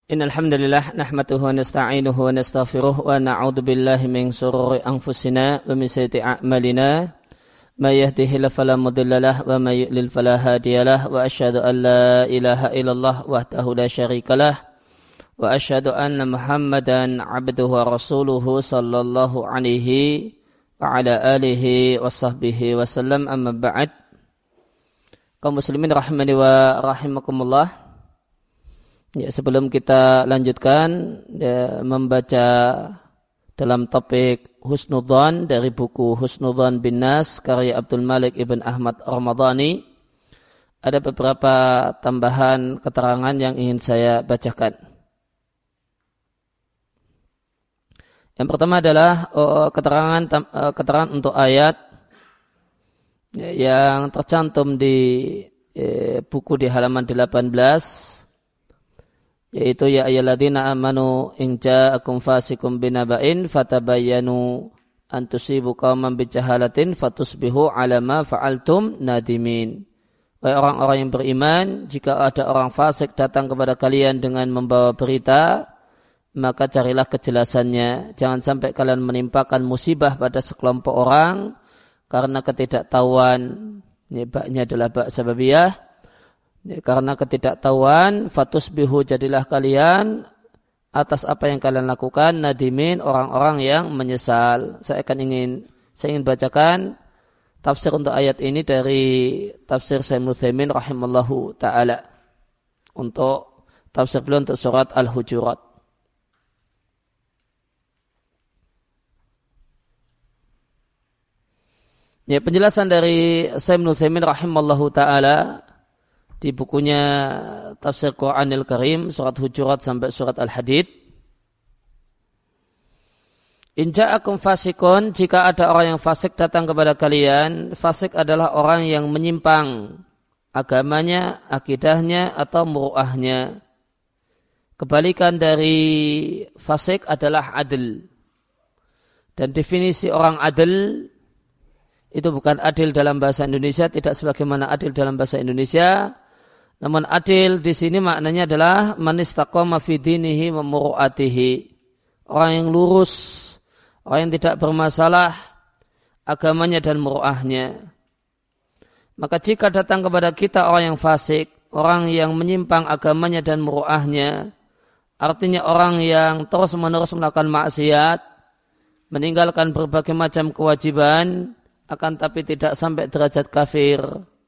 Innal hamdalillah nahmaduhu wa nasta'inuhu wa nastaghfiruh wa na'udzu billahi min shururi anfusina wa min sayyiati a'malina may yahdihillahu fala mudilla lahu wa may yudlil fala hadiyalah wa asyhadu an la ilaha illallah wahdahu la syarikalah wa asyhadu anna Muhammadan 'abduhu wa rasuluhu sallallahu alaihi wa ala alihi wa sahbihi wa sallam amma ba'd. Kaum muslimin rahimani wa rahimakumullah. Ya, sebelum kita lanjutkan membaca dalam topik Husnudzan dari buku Husnudzan bin Nas karya Abdul Malik ibn Ahmad Ramadhani, ada beberapa tambahan keterangan yang ingin saya bacakan. Yang pertama adalah keterangan untuk ayat yang tercantum di buku di halaman 18, yaitu ya ayyuhalladzina amanu in ja'akum fasiqun binaba'in fatabayyanu an tusibu qauman bijahalatin fatusbihu 'ala ma fa'altum nadimin. Wahai orang-orang yang beriman, jika ada orang fasik datang kepada kalian dengan membawa berita, maka carilah kejelasannya. Jangan sampai kalian menimpakan musibah pada sekelompok orang karena ketidaktahuan. Ini baknya adalah bak sababiyah. Karena ketidaktahuan, fatusbihu, jadilah kalian atas apa yang kalian lakukan nadimin, orang-orang yang menyesal. Saya ingin bacakan tafsir untuk ayat ini dari tafsir Ibnu Utsaimin rahimallahu taala, untuk tafsir beliau untuk surat Al-Hujurat. Ya, penjelasan dari Ibnu Utsaimin rahimallahu taala di bukunya Tafsir Quranil Karim, surat Hujurat sampai surat Al-Hadid. In ja'akum fasikun, jika ada orang yang fasik datang kepada kalian. Fasik adalah orang yang menyimpang agamanya, akidahnya, atau muru'ahnya. Kebalikan dari fasik adalah adil. Dan definisi orang adil itu bukan adil dalam bahasa Indonesia, tidak sebagaimana adil dalam bahasa Indonesia. Namun adil di sini maknanya adalah man istaqama fi dinihi wa muru'atihi. Orang yang lurus, orang yang tidak bermasalah agamanya dan muru'ahnya. Maka jika datang kepada kita orang yang fasik, orang yang menyimpang agamanya dan muru'ahnya, artinya orang yang terus-menerus melakukan maksiat, meninggalkan berbagai macam kewajiban, akan tapi tidak sampai derajat kafir.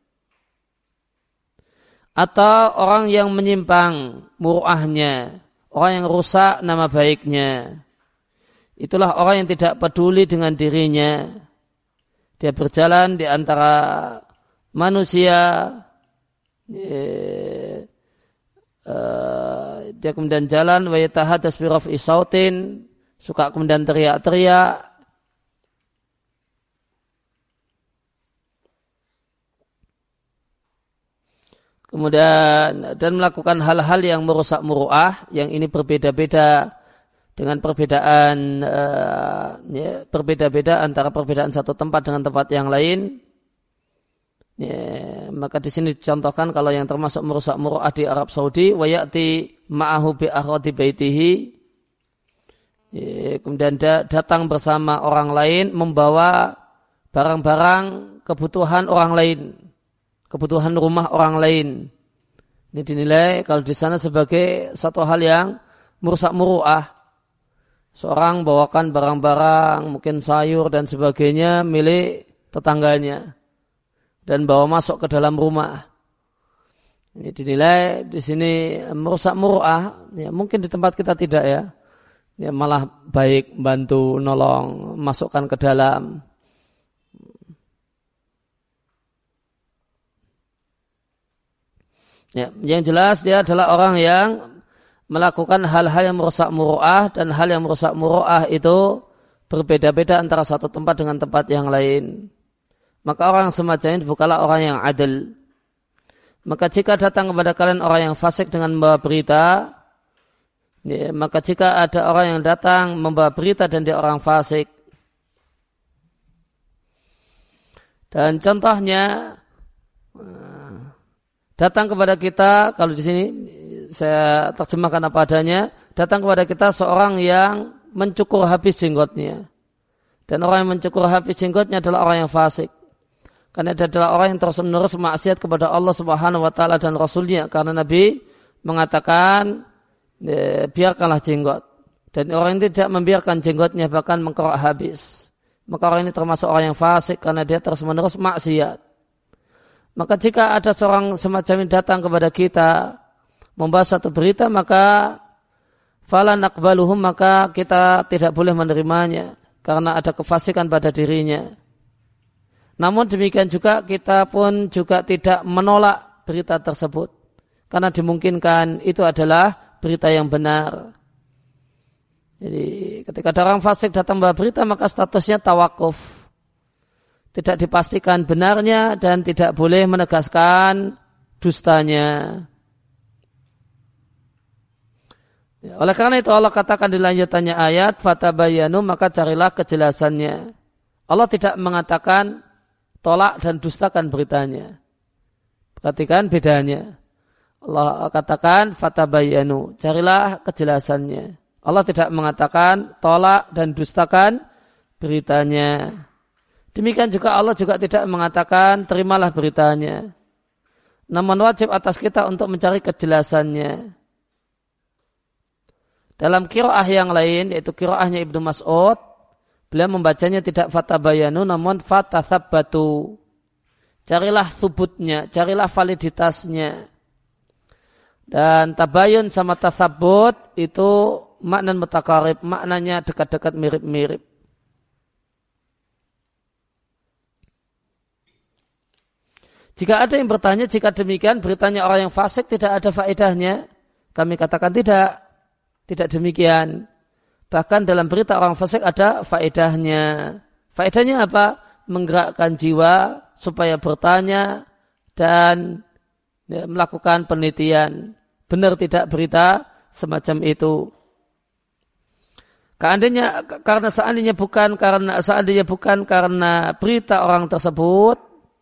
Atau orang yang menyimpang muru'ahnya, orang yang rusak nama baiknya. Itulah orang yang tidak peduli dengan dirinya. Dia berjalan di antara manusia, dia kemudian jalan wa yatahadas bi raf'i sautin, suka kemudian teriak-teriak. Kemudian dan melakukan hal-hal yang merusak muru'ah, yang ini berbeda-beda dengan berbeda-beda antara perbedaan satu tempat dengan tempat yang lain. Ya, maka di sini dicontohkan kalau yang termasuk merusak muru'ah di Arab Saudi, wa ya'ti ma'ahu bi aghradi baitihi. Ya, kemudian datang bersama orang lain membawa barang-barang kebutuhan orang lain, kebutuhan rumah orang lain. Ini dinilai kalau di sana sebagai satu hal yang merusak muru'ah. Seorang bawakan barang-barang, mungkin sayur dan sebagainya milik tetangganya dan bawa masuk ke dalam rumah. Ini dinilai di sini merusak muru'ah. Ya, mungkin di tempat kita tidak ya. Ya, malah baik bantu nolong, masukkan ke dalam. Ya, yang jelas dia adalah orang yang melakukan hal-hal yang merusak muru'ah, dan hal yang merusak muru'ah itu berbeda-beda antara satu tempat dengan tempat yang lain. Maka orang semacam ini bukanlah orang yang adil. Maka jika datang kepada kalian orang yang fasik dengan membawa berita, ya, maka jika ada orang yang datang membawa berita dan dia orang fasik, dan contohnya datang kepada kita, kalau di sini saya terjemahkan apa adanya, datang kepada kita seorang yang mencukur habis jenggotnya. Dan orang yang mencukur habis jenggotnya adalah orang yang fasik. Karena dia adalah orang yang terus-menerus maksiat kepada Allah Subhanahu wa taala dan Rasulnya. Karena Nabi mengatakan biarkanlah jenggot. Dan orang yang tidak membiarkan jenggotnya bahkan mengkerok habis. Maka orang ini termasuk orang yang fasik karena dia terus-menerus maksiat. Maka jika ada seorang semacam ini datang kepada kita membahas satu berita, maka fala naqbaluhum, maka kita tidak boleh menerimanya karena ada kefasikan pada dirinya. Namun demikian juga kita pun juga tidak menolak berita tersebut karena dimungkinkan itu adalah berita yang benar. Jadi ketika ada orang fasik datang membawa berita, maka statusnya tawakuf. Tidak dipastikan benarnya dan tidak boleh menegaskan dustanya. Oleh karena itu Allah katakan di lanjutannya ayat, fatabayanu, maka carilah kejelasannya. Allah tidak mengatakan tolak dan dustakan beritanya. Perhatikan bedanya. Allah katakan fatabayanu, carilah kejelasannya. Allah tidak mengatakan tolak dan dustakan beritanya. Demikian juga Allah juga tidak mengatakan terimalah beritanya. Namun wajib atas kita untuk mencari kejelasannya. Dalam qiraah yang lain, yaitu qiraahnya Ibnu Mas'ud, beliau membacanya tidak fatabayanu namun fatathabbatu. Carilah thubutnya, carilah validitasnya. Dan tabayun sama tathabbut itu makna mutakarib, maknanya dekat-dekat mirip-mirip. Jika ada yang bertanya, jika demikian beritanya orang yang fasik tidak ada faedahnya, kami katakan tidak demikian. Bahkan dalam berita orang fasik ada faedahnya. Faedahnya apa? Menggerakkan jiwa supaya bertanya dan melakukan penelitian. Benar tidak berita semacam itu? Seandainya bukan karena berita orang tersebut,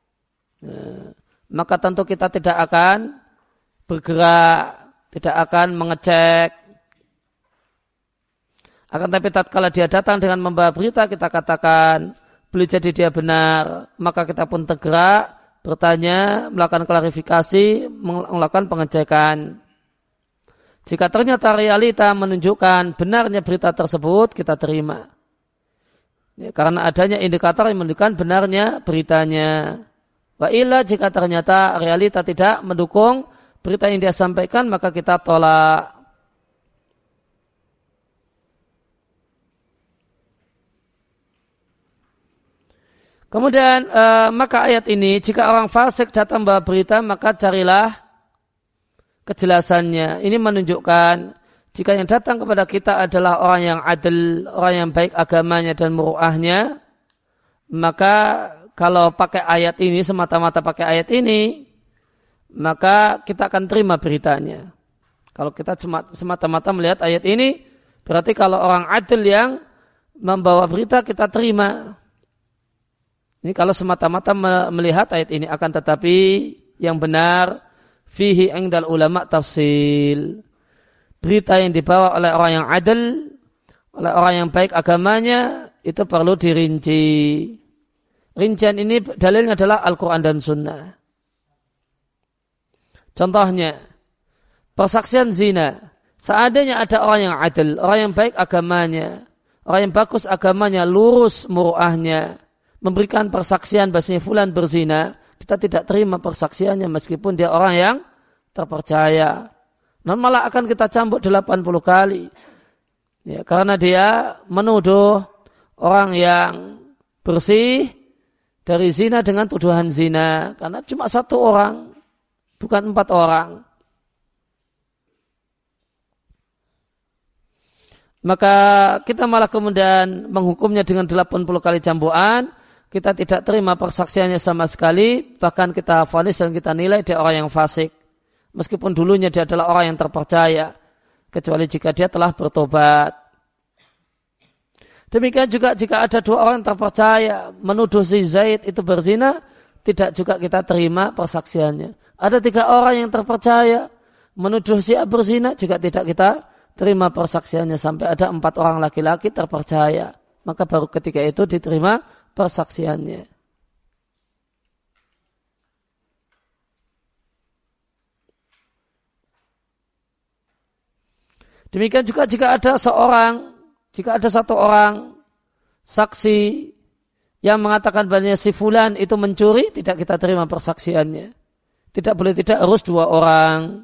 maka tentu kita tidak akan bergerak, tidak akan mengecek. Akan tapi tatkala dia datang dengan membawa berita, kita katakan boleh jadi dia benar, maka kita pun tergerak, bertanya, melakukan klarifikasi, melakukan pengecekan. Jika ternyata realita menunjukkan benarnya berita tersebut, kita terima. Ya, karena adanya indikator yang menunjukkan benarnya beritanya. Wa illa, jika ternyata realita tidak mendukung berita yang dia sampaikan, maka kita tolak. Kemudian maka ayat ini, jika orang fasik datang membawa berita, maka carilah kejelasannya. Ini menunjukkan jika yang datang kepada kita adalah orang yang adil, orang yang baik agamanya dan muruahnya, maka kalau pakai ayat ini, semata-mata pakai ayat ini, maka kita akan terima beritanya. Kalau kita semata-mata melihat ayat ini, berarti kalau orang adil yang membawa berita, kita terima. Ini kalau semata-mata melihat ayat ini, akan tetapi yang benar, fihi indal ulama tafsil. Berita yang dibawa oleh orang yang adil, oleh orang yang baik agamanya, itu perlu dirinci. Rincian ini dalilnya adalah Al-Quran dan Sunnah. Contohnya, persaksian zina. Seandainya ada orang yang adil, orang yang baik agamanya, orang yang bagus agamanya, lurus muruahnya, memberikan persaksian bahasanya fulan berzina, kita tidak terima persaksiannya meskipun dia orang yang terpercaya. Dan malah akan kita cambuk 80 kali. Ya, karena dia menuduh orang yang bersih dari zina dengan tuduhan zina. Karena cuma satu orang, bukan 4 orang. Maka kita malah kemudian menghukumnya dengan 80 kali cambukan. Kita tidak terima persaksiannya sama sekali. Bahkan kita vonis dan kita nilai dia orang yang fasik. Meskipun dulunya dia adalah orang yang terpercaya. Kecuali jika dia telah bertobat. Demikian juga jika ada 2 orang yang terpercaya menuduh si Zaid itu berzina, tidak juga kita terima persaksiannya. Ada 3 orang yang terpercaya menuduh si A berzina juga tidak kita terima persaksiannya sampai ada 4 orang laki-laki terpercaya. Maka baru ketika itu diterima persaksiannya. Demikian juga jika ada satu orang saksi yang mengatakan bahwa si fulan itu mencuri, tidak kita terima persaksiannya. Tidak boleh tidak harus 2 orang.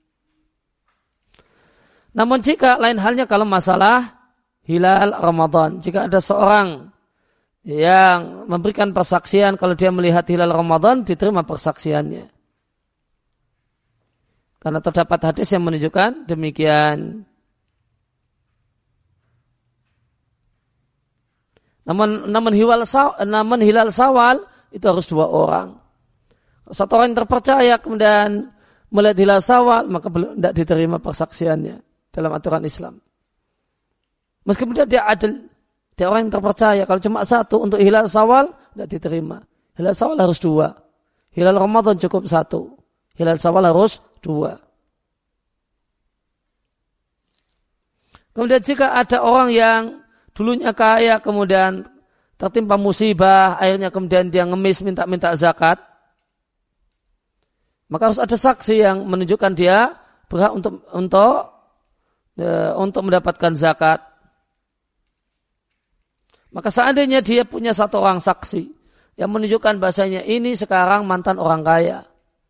Namun jika lain halnya kalau masalah hilal Ramadan, jika ada seorang yang memberikan persaksian kalau dia melihat hilal Ramadan, diterima persaksiannya. Karena terdapat hadis yang menunjukkan demikian. Namun hilal Syawal itu harus 2 orang. Satu orang yang terpercaya kemudian melihat hilal Syawal, maka tidak diterima persaksiannya dalam aturan Islam. Meskipun dia adil, dia orang yang terpercaya. Kalau cuma 1 untuk hilal Syawal, tidak diterima. Hilal Syawal harus 2. Hilal Ramadan cukup 1. Hilal Syawal harus 2. Kemudian jika ada orang yang dulunya kaya, kemudian tertimpa musibah, akhirnya kemudian dia ngemis minta zakat, maka harus ada saksi yang menunjukkan dia berhak untuk mendapatkan zakat. Maka seandainya dia punya 1 orang saksi yang menunjukkan bahasanya ini sekarang mantan orang kaya,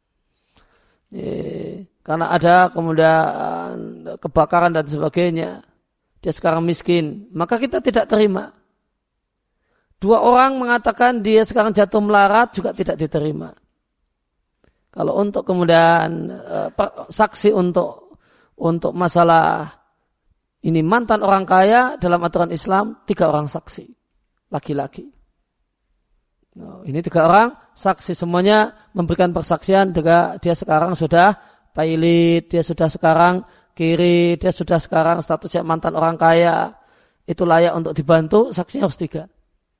karena ada kemudian kebakaran dan sebagainya, dia sekarang miskin, maka kita tidak terima. 2 orang mengatakan dia sekarang jatuh melarat juga tidak diterima. Kalau untuk kemudian saksi untuk masalah ini mantan orang kaya dalam aturan Islam 3 orang saksi laki-laki. Ini 3 orang saksi semuanya memberikan persaksian dia sekarang sudah pailit, dia sudah sekarang kiri, dia sudah sekarang statusnya mantan orang kaya, itu layak untuk dibantu, saksinya harus 3.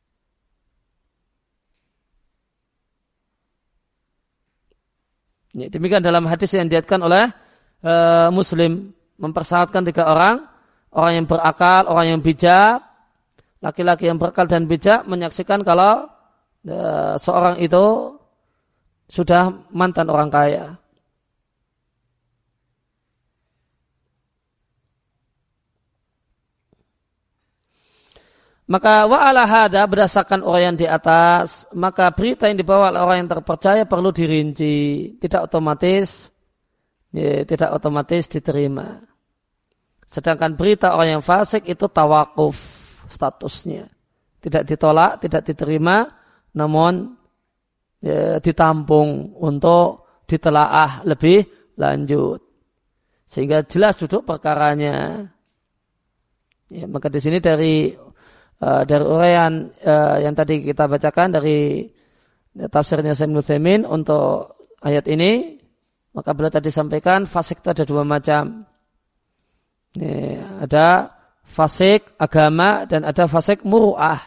Demikian dalam hadis yang diriwayatkan oleh Muslim, mempersyaratkan 3 orang yang berakal, orang yang bijak, laki-laki yang berakal dan bijak menyaksikan kalau seorang itu sudah mantan orang kaya. Maka wa'ala hadha, berdasarkan orang yang di atas, maka berita yang dibawa oleh orang yang terpercaya perlu dirinci, tidak otomatis diterima. Sedangkan berita orang yang fasik itu tawakuf statusnya, tidak ditolak, tidak diterima, namun ditampung untuk ditelaah lebih lanjut, sehingga jelas duduk perkaranya. Maka di sini dari uraian yang tadi kita bacakan dari tafsirnya Syaikh Ibnu Utsaimin untuk ayat ini, maka beliau tadi sampaikan fasik itu ada 2 macam. Ada fasik agama dan ada fasik muru'ah.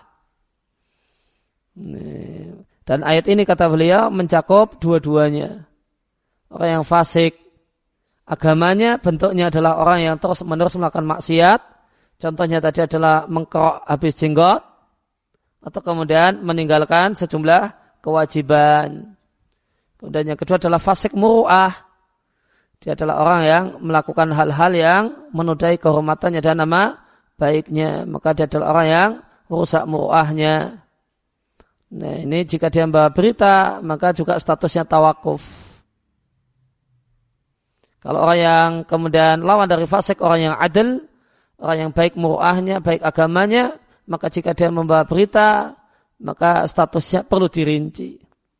Dan ayat ini kata beliau mencakup 2-duanya. Orang yang fasik agamanya bentuknya adalah orang yang terus-menerus melakukan maksiat. Contohnya tadi adalah mengkerok habis jenggot atau kemudian meninggalkan sejumlah kewajiban. Kemudian yang kedua adalah fasik muru'ah. Dia adalah orang yang melakukan hal-hal yang menodai kehormatannya dan nama baiknya. Maka dia adalah orang yang merusak muru'ahnya. Nah, ini jika dia membawa berita, maka juga statusnya tawakuf. Kalau orang yang kemudian lawan dari fasik, orang yang adil, orang yang baik muru'ahnya, baik agamanya, maka jika dia membawa berita, maka statusnya perlu dirinci.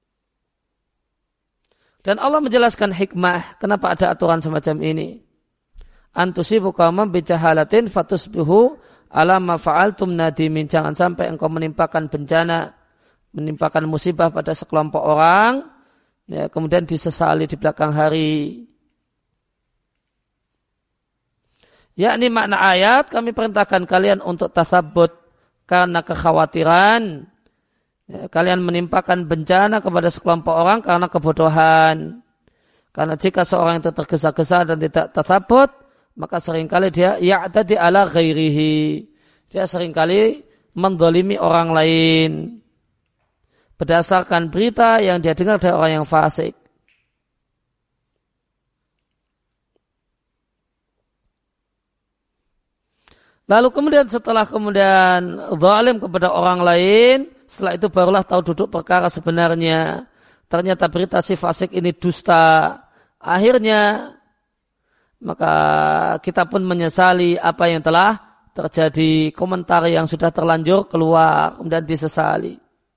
Dan Allah menjelaskan hikmah kenapa ada aturan semacam ini. Antusibu qauman bijahalatin fatusbihu ala ma fa'altum nadimin. Jangan sampai engkau menimpakan bencana, menimpakan musibah pada sekelompok orang, ya, kemudian disesali di belakang hari. Yakni makna ayat, kami perintahkan kalian untuk tasabbut karena kekhawatiran. Ya, kalian menimpakan bencana kepada sekelompok orang karena kebodohan. Karena jika seorang itu tergesa-gesa dan tidak tatsabut, maka seringkali dia ya'tadi ala ghairihi. Dia seringkali mendolimi orang lain berdasarkan berita yang dia dengar dari orang yang fasik. Lalu kemudian setelah zalim kepada orang lain, setelah itu barulah tahu duduk perkara sebenarnya. Ternyata berita si fasik ini dusta. Akhirnya maka kita pun menyesali apa yang telah terjadi, komentar yang sudah terlanjur keluar kemudian disesali.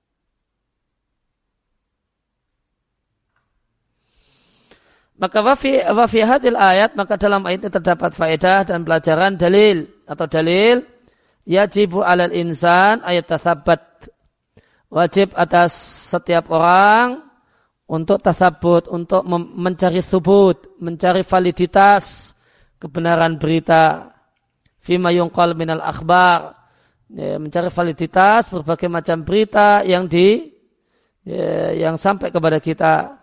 Maka wafi hadil ayat, maka dalam ayat ini terdapat faedah dan pelajaran dalil yajibu alal insan ayat tasabbat, wajib atas setiap orang untuk tasabut, untuk mencari subut, mencari validitas kebenaran berita, fima yunqal minal akhbar, mencari validitas berbagai macam berita yang sampai kepada kita.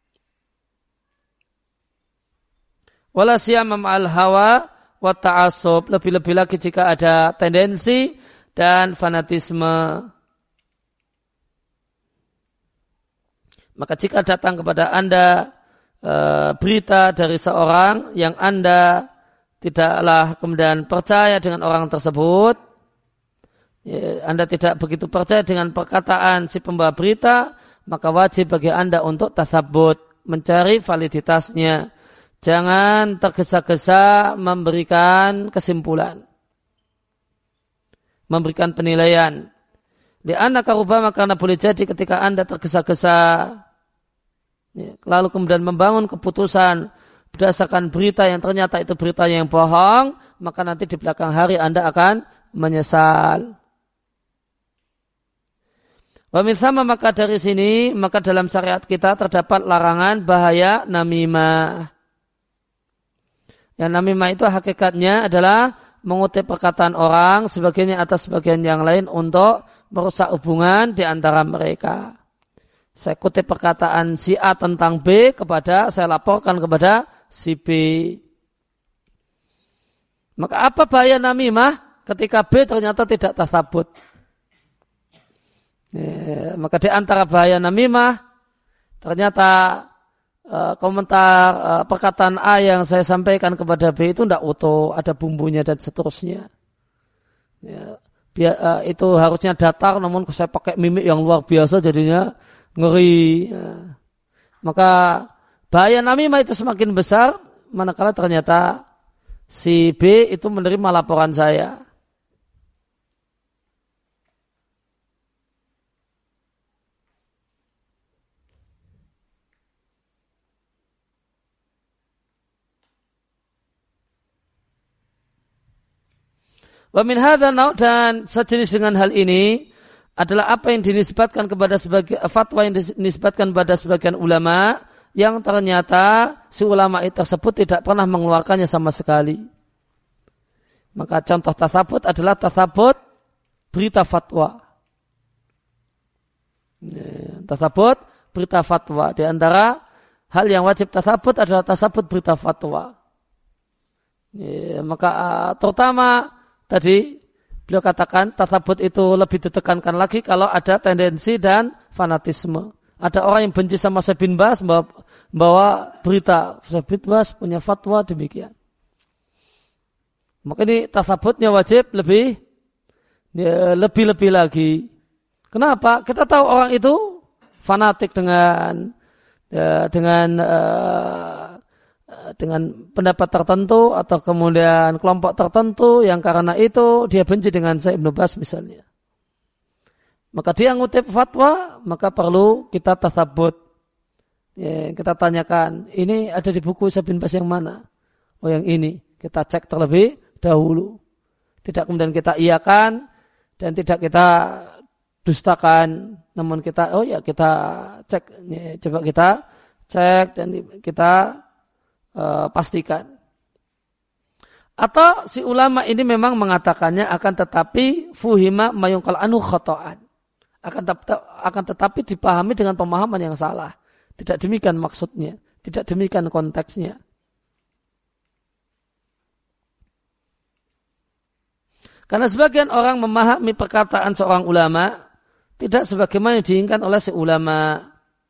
Wala siyama ma'al hawa wa ta'assub, lebih-lebih lagi jika ada tendensi dan fanatisme. Maka jika datang kepada Anda berita dari seorang yang Anda tidaklah kemudian percaya dengan orang tersebut, Anda tidak begitu percaya dengan perkataan si pembawa berita, maka wajib bagi Anda untuk tasabbut, mencari validitasnya. Jangan tergesa-gesa memberikan kesimpulan, memberikan penilaian. Li'anna karubama, karena boleh jadi ketika Anda tergesa-gesa, lalu kemudian membangun keputusan berdasarkan berita yang ternyata itu berita yang bohong, maka nanti di belakang hari Anda akan menyesal. Wa min tsama, maka dari sini, maka dalam syariat kita terdapat larangan bahaya namimah. Yang namimah itu hakikatnya adalah mengutip perkataan orang sebagiannya atas sebagian yang lain untuk merusak hubungan di antara mereka. Saya kutip perkataan si A tentang B saya laporkan kepada si B. Maka apa bahaya namimah ketika B ternyata tidak tasabut? Maka di antara bahaya namimah ternyata komentar perkataan A yang saya sampaikan kepada B itu tidak utuh, ada bumbunya dan seterusnya. Itu harusnya datar, namun saya pakai mimik yang luar biasa jadinya ngeri. Maka bahaya namimah itu semakin besar manakala ternyata si B itu menerima laporan saya. Wa min hadza dan sejenis dengan hal ini adalah apa yang dinisbatkan kepada fatwa yang dinisbatkan pada sebagian ulama yang ternyata si ulama itu tersebut tidak pernah mengeluarkannya sama sekali. Maka contoh tasabut adalah tasabut berita fatwa. Tasabut berita fatwa. Di antara hal yang wajib tasabut adalah tasabut berita fatwa. Maka terutama tadi beliau katakan tasabut itu lebih ditekankan lagi kalau ada tendensi dan fanatisme. Ada orang yang benci sama Syekh bin Baz bawa berita Syekh bin Baz punya fatwa demikian. Maka ini tasabutnya wajib lebih lagi. Kenapa? Kita tahu orang itu fanatik dengan pendapat tertentu atau kemudian kelompok tertentu yang karena itu dia benci dengan Syekh Ibnu Baz misalnya. Maka dia ngutip fatwa, maka perlu kita tasabut. Kita tanyakan, ini ada di buku Syekh bin Baz yang mana? Oh yang ini. Kita cek terlebih dahulu. Tidak kemudian kita iakan dan tidak kita dustakan. Namun kita, kita cek. Coba kita cek dan kita pastikan. Atau si ulama ini memang mengatakannya akan tetapi fuhima mayungkal anu khotoan. Akan tetapi dipahami dengan pemahaman yang salah. Tidak demikian maksudnya. Tidak demikian konteksnya. Karena sebagian orang memahami perkataan seorang ulama tidak sebagaimana diinginkan oleh si ulama.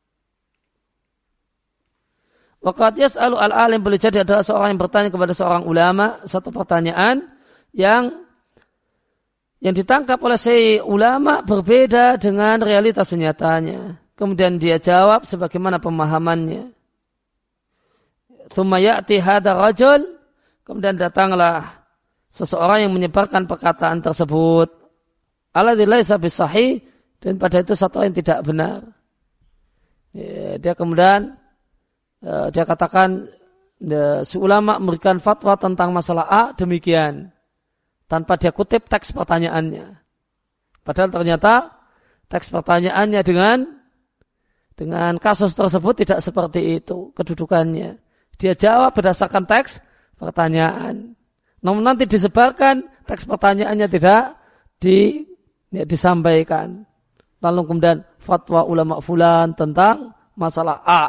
Waqad yas'alu al-alim, boleh jadi adalah seorang yang bertanya kepada seorang ulama satu pertanyaan yang ditangkap oleh si ulama berbeda dengan realitas nyatanya. Kemudian dia jawab sebagaimana pemahamannya. Tsumma ya'ti hadha rajul, kemudian datanglah seseorang yang menyebarkan perkataan tersebut, alladzi laisa bisahih, dan pada itu satu yang tidak benar. Dia kemudian dia katakan si ulama memberikan fatwa tentang masalah A demikian, tanpa dia kutip teks pertanyaannya. Padahal ternyata teks pertanyaannya dengan kasus tersebut tidak seperti itu kedudukannya. Dia jawab berdasarkan teks pertanyaan. Namun nanti disebarkan teks pertanyaannya tidak disampaikan. Lalu kemudian fatwa ulama fulan tentang masalah A.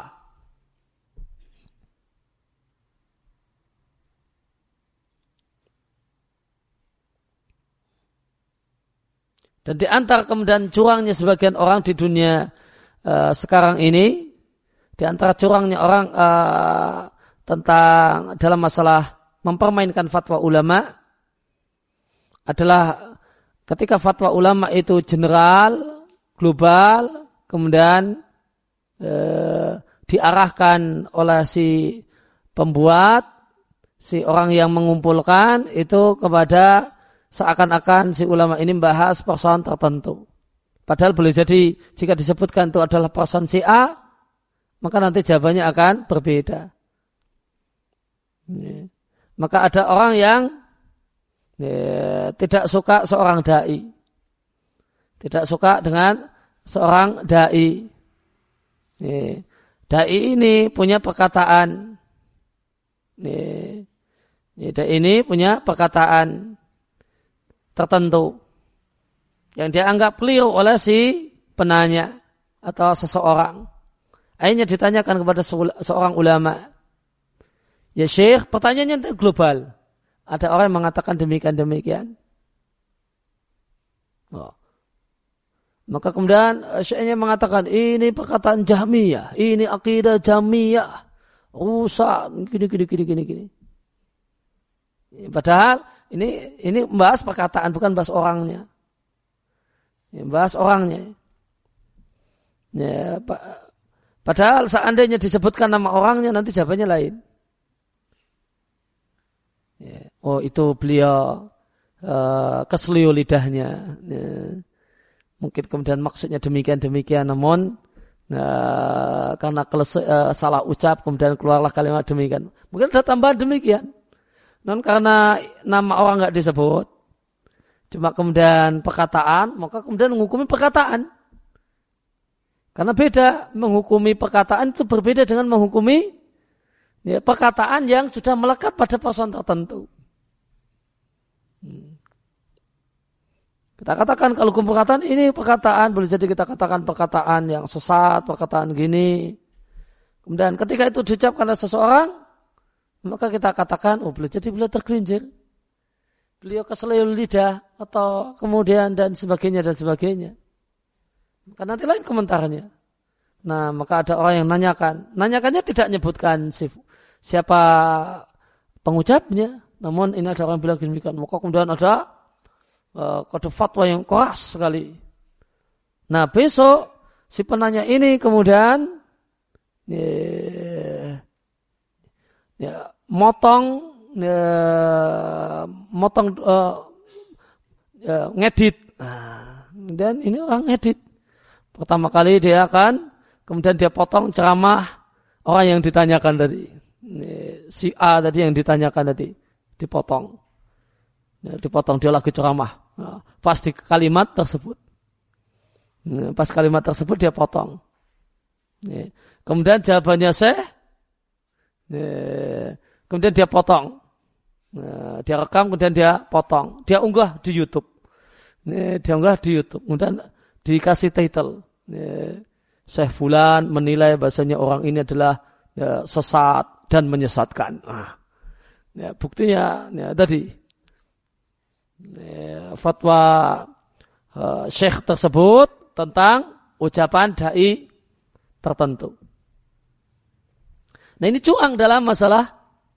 Dan di antara kemudian curangnya sebagian orang di dunia sekarang ini, di antara curangnya orang tentang dalam masalah mempermainkan fatwa ulama adalah ketika fatwa ulama itu general, global, kemudian diarahkan oleh si pembuat, si orang yang mengumpulkan itu kepada seakan-akan si ulama ini membahas persoalan tertentu. Padahal boleh jadi jika disebutkan itu adalah persoalan si A, maka nanti jawabannya akan berbeda. Maka ada orang yang tidak suka seorang dai, tidak suka dengan seorang dai. Dai ini punya perkataan, dai ini punya perkataan tertentu yang dia anggap keliru oleh si penanya atau seseorang. Akhirnya ditanyakan kepada seorang ulama. Ya Syekh, pertanyaannya global. Ada orang yang mengatakan demikian. Oh. Maka kemudian Syekhnya mengatakan ini perkataan Jahmiyah, ini akidah Jahmiyah, rusak, gini. Padahal ini membahas perkataan, bukan bahas orangnya. Bahas orangnya. Ya, padahal seandainya disebutkan nama orangnya nanti jawabannya lain. Oh itu beliau keselio lidahnya. Mungkin kemudian maksudnya demikian, namun karena salah ucap kemudian keluarlah kalimat demikian. Mungkin ada tambahan demikian. Non karena nama orang nggak disebut, cuma kemudian perkataan, maka kemudian menghukumi perkataan. Karena beda, menghukumi perkataan itu berbeda dengan menghukumi perkataan yang sudah melekat pada persoalan tertentu. Kita katakan kalau hukum perkataan ini perkataan, boleh jadi kita katakan perkataan yang sesat, perkataan gini. Kemudian ketika itu diucapkan oleh seseorang, maka kita katakan, oh boleh jadi beliau tergelincir, beliau keselio lidah, atau kemudian dan sebagainya. Maka nanti lain komentarnya. Nah maka ada orang yang nanyakannya tidak menyebutkan siapa pengucapnya, namun ini ada orang yang bilang demikian. Maka kemudian ada kode fatwa yang keras sekali. Nah besok si penanya ini kemudian ngedit. Dan ini orang ngedit. Pertama kali dia akan kemudian dia potong ceramah orang yang ditanyakan tadi. Si A tadi yang ditanyakan tadi dipotong. Dia lagi ceramah. Pas di kalimat tersebut. Pas kalimat tersebut dia potong. Kemudian jawabannya kemudian dia potong. Dia rekam kemudian dia potong. Dia unggah di YouTube. Kemudian dikasih title. Syekh Fulan menilai bahasanya orang ini adalah sesat dan menyesatkan. Buktinya tadi fatwa syekh tersebut tentang ucapan dai tertentu. Nah ini curang dalam masalah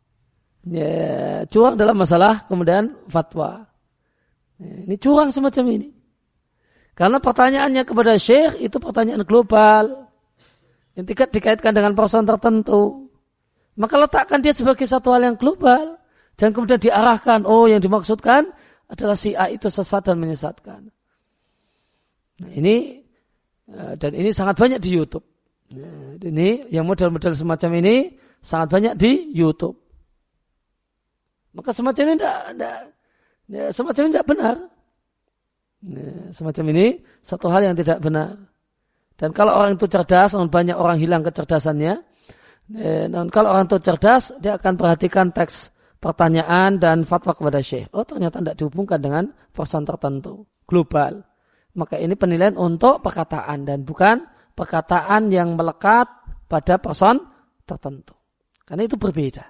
kemudian fatwa. Ini curang semacam ini. Karena pertanyaannya kepada syekh itu pertanyaan global yang tidak dikaitkan dengan persoalan tertentu. Maka letakkan dia sebagai satu hal yang global. Jangan kemudian diarahkan, yang dimaksudkan adalah si A itu sesat dan menyesatkan. Nah, ini sangat banyak di YouTube. Ini yang model-model semacam ini sangat banyak di YouTube. Maka semacam ini tidak benar. Semacam ini satu hal yang tidak benar. Dan kalau orang itu cerdas, namun banyak orang hilang kecerdasannya. Dan kalau orang itu cerdas, dia akan perhatikan teks pertanyaan dan fatwa kepada syekh. Ternyata tidak dihubungkan dengan persoalan tertentu, global. Maka ini penilaian untuk perkataan dan bukan perkataan yang melekat pada persoalan tertentu. Karena itu berbeda.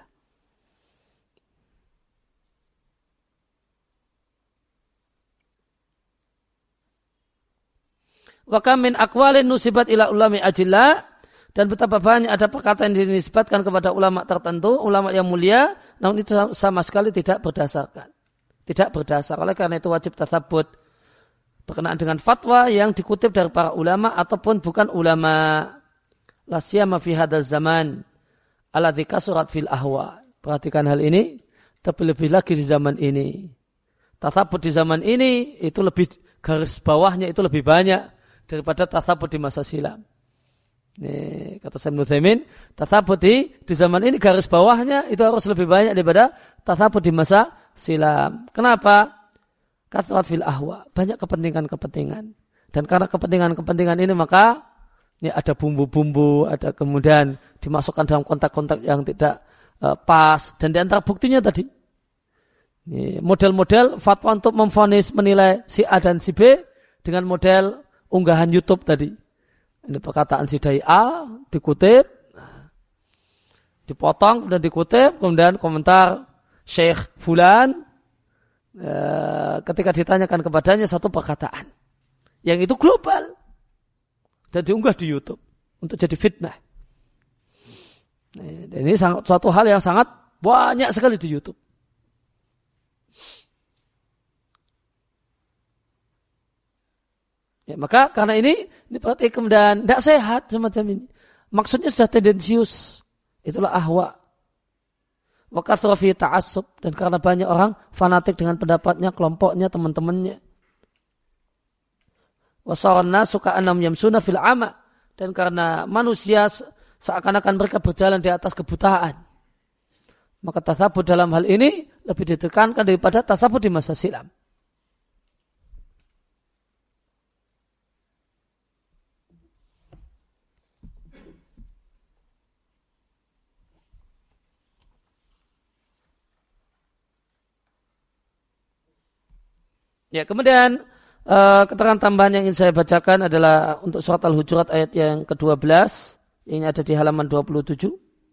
Wa kam min aqwalin nusibat ila ulami ajilla, dan betapa banyak ada perkataan yang dinisbatkan kepada ulama tertentu, ulama yang mulia, namun itu sama sekali tidak berdasar. Oleh karena itu wajib tasabbut berkenaan dengan fatwa yang dikutip dari para ulama ataupun bukan ulama. La siyama fi hadzal zaman alladzi kasurat fil ahwa. Perhatikan hal ini, terlebih lagi di zaman ini. Tasabbut di zaman ini itu lebih, garis bawahnya itu lebih banyak daripada tasabbut di masa silam. Ini kata Syekh Ibnu Utsaimin, tasabbut di zaman ini garis bawahnya itu harus lebih banyak daripada tasabbut di masa silam. Kenapa? Kasrat fil ahwa, banyak kepentingan-kepentingan. Dan karena kepentingan-kepentingan ini maka ini ada bumbu-bumbu, ada kemudian dimasukkan dalam kontak-kontak yang tidak pas. Dan di antara buktinya tadi, ini model-model fatwa untuk memvonis menilai si A dan si B dengan model unggahan YouTube tadi. Ini perkataan si dai A dikutip, dipotong, kemudian dikutip, kemudian komentar Syekh Fulan ketika ditanyakan kepadanya satu perkataan yang itu global dan diunggah di YouTube untuk jadi fitnah. Dan ini suatu hal yang sangat banyak sekali di YouTube. Ya, maka karena ini berarti kemudian tidak sehat semacam ini. Maksudnya sudah tendensius. Itulah ahwa. Wa kathra fi ta'assub, dan karena banyak orang fanatik dengan pendapatnya, kelompoknya, teman-temannya. Wa saranna suka anam yamsuna fil ama, dan karena manusia seakan-akan mereka berjalan di atas kebutaan. Maka tasabbut dalam hal ini lebih ditekankan daripada tasabbut di masa silam. Ya, kemudian keterangan tambahan yang ingin saya bacakan adalah untuk surat Al-Hujurat ayat yang ke-12. Ini ada di halaman 27.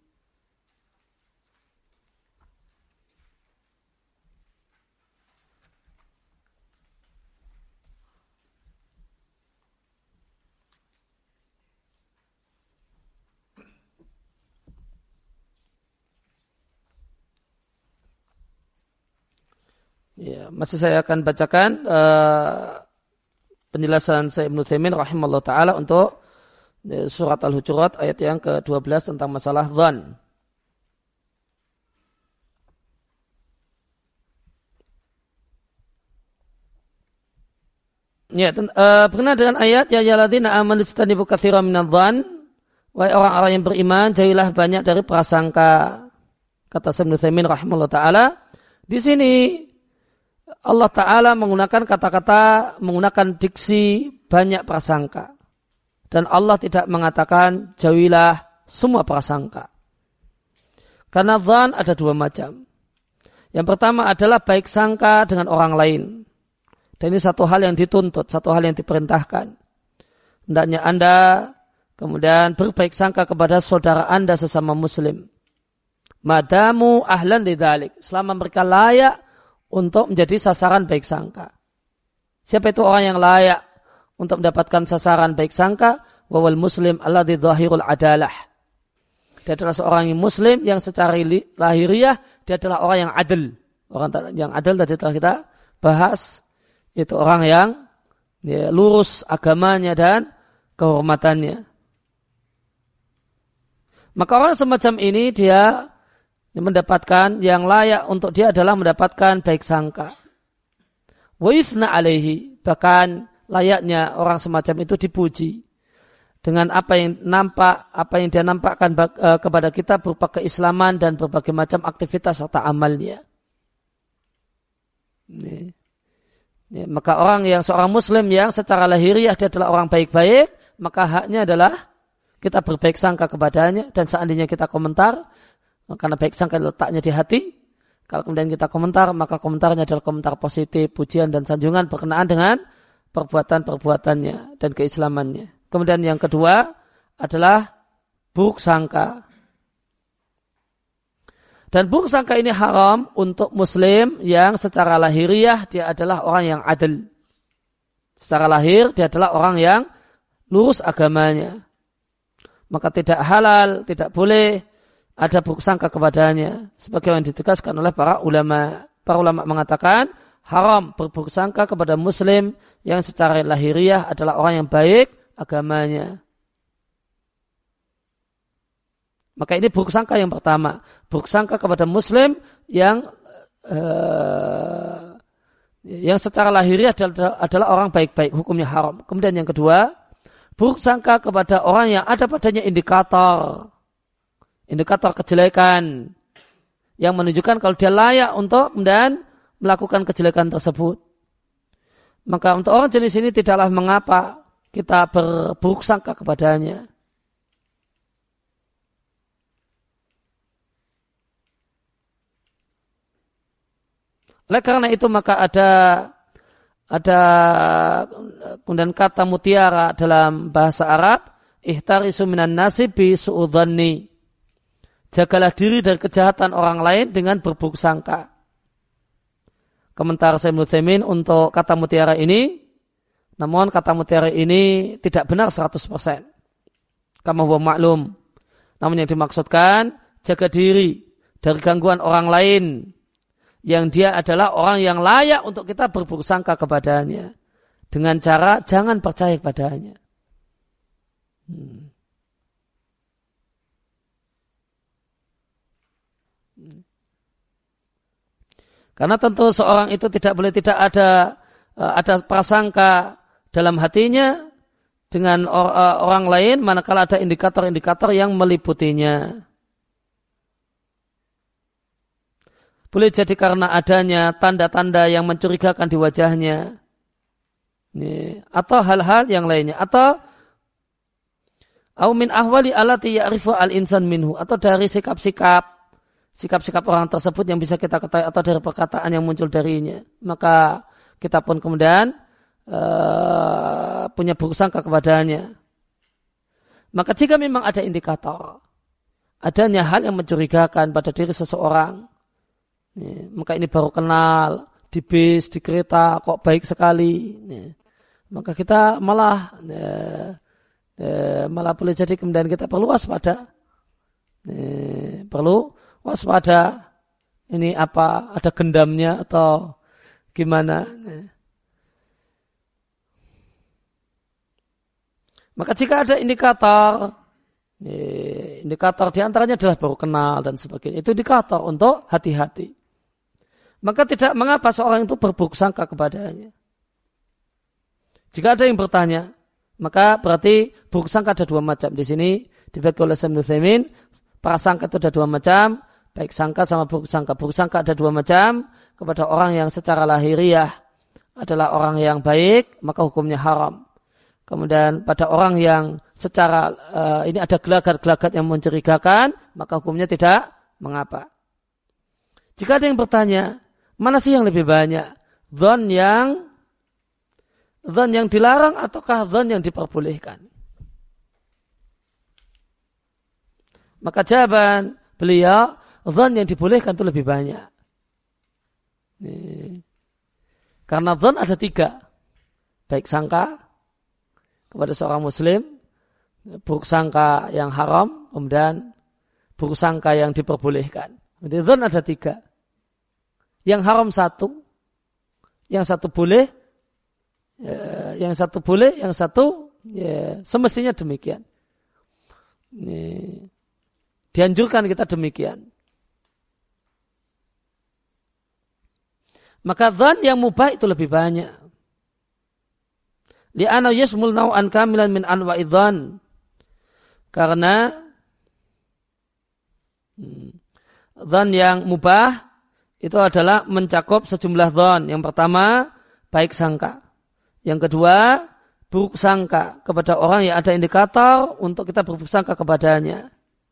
Ya, masih saya akan bacakan penjelasan Syekh Ibnu Utsaimin rahimallahu taala untuk surat Al-Hujurat ayat yang ke-12 tentang masalah dzan. Ya, berkenaan dengan ayat ya ayyuhalladzina amanu ijtanibu katsiran minadh-dzan, wahai orang-orang yang beriman, jauhilah banyak dari prasangka. Kata Syekh Ibnu Utsaimin rahimallahu taala, di sini Allah Ta'ala menggunakan kata-kata, menggunakan diksi banyak prasangka. Dan Allah tidak mengatakan jauhilah semua prasangka. Karena dzan ada dua macam. Yang pertama adalah baik sangka dengan orang lain. Dan ini satu hal yang dituntut, satu hal yang diperintahkan. Hendaknya Anda Kemudian berbaik sangka kepada saudara Anda sesama muslim. Madamu ahlan lidzalik, selama mereka layak untuk menjadi sasaran baik sangka. Siapa itu orang yang layak untuk mendapatkan sasaran baik sangka? Wawal muslim alladzi dzahirul adalah. Dia adalah seorang yang muslim yang secara lahiriah dia adalah orang yang adil. Orang yang adil tadi telah kita bahas, itu orang yang lurus agamanya dan kehormatannya. Maka orang semacam ini dia mendapatkan yang layak untuk dia adalah mendapatkan baik sangka. Wa yusna alaihi, bahkan layaknya orang semacam itu dipuji dengan apa yang dia nampakkan kepada kita berupa keislaman dan berbagai macam aktivitas serta amalnya. Maka seorang muslim yang secara lahiriah dia adalah orang baik-baik, maka haknya adalah kita berbaik sangka kepadanya, dan seandainya kita komentar, karena baik sangka letaknya di hati, kalau kemudian kita komentar, maka komentarnya adalah komentar positif, pujian dan sanjungan berkenaan dengan perbuatan-perbuatannya dan keislamannya. Kemudian yang kedua adalah buruk sangka. Dan buruk sangka ini haram untuk muslim yang secara lahiriah dia adalah orang yang adil. Secara lahir dia adalah orang yang lurus agamanya. Maka tidak halal, tidak boleh ada buruk sangka kepadanya. Sebagaimana ditegaskan oleh para ulama. Para ulama mengatakan haram berburuk sangka kepada muslim yang secara lahiriah adalah orang yang baik agamanya. Maka ini buruk sangka yang pertama. Buruk sangka kepada muslim yang secara lahiriah adalah orang baik-baik. Hukumnya haram. Kemudian yang kedua, buruk sangka kepada orang yang ada padanya indikator kejelekan yang menunjukkan kalau dia layak untuk dan melakukan kejelekan tersebut. Maka untuk orang jenis ini tidaklah mengapa kita berburuk sangka kepadanya. Oleh karena itu maka ada kemudian kata mutiara dalam bahasa Arab, ihtarisu minan nasi bi su'udhanni. Jagalah diri dari kejahatan orang lain dengan berburuk sangka. Komentar Syekh Utsaimin untuk kata mutiara ini, namun kata mutiara ini tidak benar 100%. Kama huwa maklum. Namun yang dimaksudkan, jaga diri dari gangguan orang lain yang dia adalah orang yang layak untuk kita berburuk sangka kepadanya dengan cara jangan percaya kepadanya. Karena tentu seorang itu tidak ada prasangka dalam hatinya dengan orang lain manakala ada indikator-indikator yang meliputinya. Boleh jadi karena adanya tanda-tanda yang mencurigakan di wajahnya. Atau hal-hal yang lainnya. Atau min ahwali allati ya'rifu al-insan minhu. Atau dari sikap-sikap orang tersebut yang bisa kita ketahui. Atau dari perkataan yang muncul darinya. Maka kita pun kemudian punya buruk sangka kepadanya. Maka jika memang ada indikator, adanya hal yang mencurigakan pada diri seseorang, maka ini baru kenal di bis, di kereta kok baik sekali. Maka kita malah boleh jadi kemudian kita perlu waspada. Perlu waspada. Ini apa? Ada gendamnya atau gimana? Maka jika ada indikator diantaranya adalah baru kenal dan sebagainya. Itu indikator untuk hati-hati. Maka tidak mengapa seorang itu berburuk sangka kepadanya. Jika ada yang bertanya, maka berarti buruk sangka ada dua macam. Di sini dibagi oleh Syekh Utsaimin, prasangka itu ada dua macam, baik sangka sama buruk sangka. Buruk sangka ada dua macam, kepada orang yang secara lahiriah adalah orang yang baik, maka hukumnya haram. Kemudian pada orang yang secara ini ada gelagat-gelagat yang mencurigakan, maka hukumnya tidak mengapa. Jika ada yang bertanya, mana sih yang lebih banyak? Dzan yang dilarang ataukah dzan yang diperbolehkan? Maka jawaban beliau, dzan yang dibolehkan itu lebih banyak. Karena dzan ada 3. Baik sangka kepada seorang muslim, buruk sangka yang haram, kemudian buruk sangka yang diperbolehkan. Jadi dzan ada 3. Yang haram 1, yang satu boleh, yang satu ya, semestinya demikian. Dianjurkan kita demikian. Maka dzan yang mubah itu lebih banyak. Li'anna yasmul naw'an kamilan min anwa'i dzan. Karena dzan yang mubah itu adalah mencakup sejumlah dzan. Yang pertama, baik sangka. Yang kedua, buruk sangka kepada orang yang ada indikator untuk kita berburuk sangka kepadanya.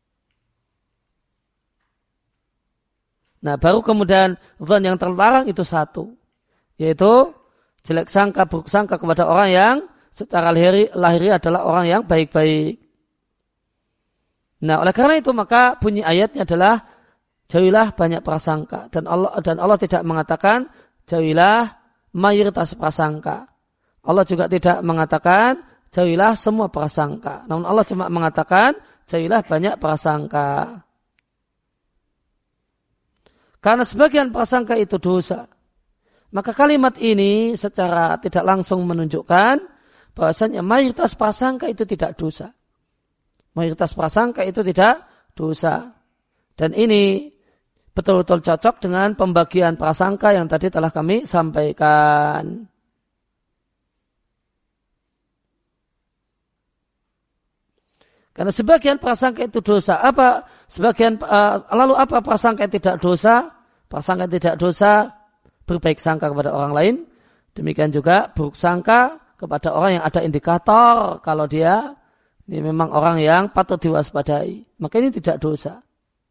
Nah, baru kemudian dzan yang terlarang itu 1, yaitu jelek sangka, buruk sangka kepada orang yang secara lahiri adalah orang yang baik-baik. Nah, oleh karena itu maka bunyi ayatnya adalah jauhilah banyak prasangka, dan Allah tidak mengatakan jauhilah mayoritas prasangka. Allah juga tidak mengatakan jauhilah semua prasangka. Namun Allah cuma mengatakan jauhilah banyak prasangka. Karena sebagian prasangka itu dosa. Maka kalimat ini secara tidak langsung menunjukkan bahwasanya mayoritas prasangka itu tidak dosa. Mayoritas prasangka itu tidak dosa. Dan ini betul-betul cocok dengan pembagian prasangka yang tadi telah kami sampaikan. Karena sebagian prasangka itu dosa. Lalu apa prasangka yang tidak dosa? Prasangka yang tidak dosa berbaik sangka kepada orang lain. Demikian juga buruk sangka kepada orang yang ada indikator kalau dia ini memang orang yang patut diwaspadai. Maka ini tidak dosa.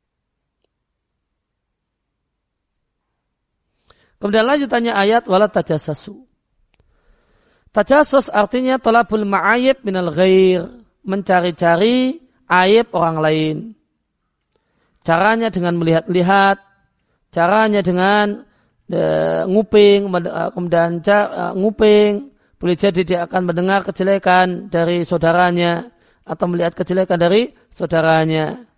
Kemudian lanjutannya ayat wala tajassasu. Tajassus artinya talabul ma'ayib minal ghair. Mencari-cari aib orang lain. Caranya dengan melihat-lihat, caranya dengan nguping, kemudian nguping, boleh jadi dia akan mendengar kejelekan dari saudaranya atau melihat kejelekan dari saudaranya.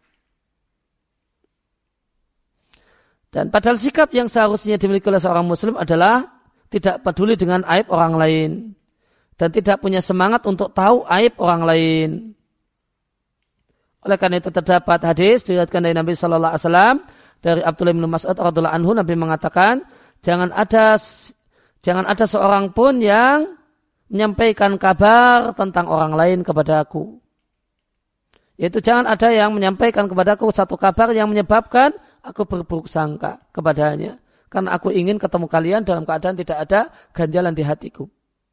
Dan padahal sikap yang seharusnya dimiliki oleh seorang muslim adalah tidak peduli dengan aib orang lain. Dan tidak punya semangat untuk tahu aib orang lain. Oleh karena itu terdapat hadis diriwayatkan dari Nabi Sallallahu Alaihi Wasallam dari Abdullah bin Mas'ud radhiyallahu anhu, Nabi mengatakan, jangan ada seorang pun yang menyampaikan kabar tentang orang lain kepada aku. Yaitu jangan ada yang menyampaikan kepada aku satu kabar yang menyebabkan aku berburuk sangka kepadanya. Karena aku ingin ketemu kalian dalam keadaan tidak ada ganjalan di hatiku.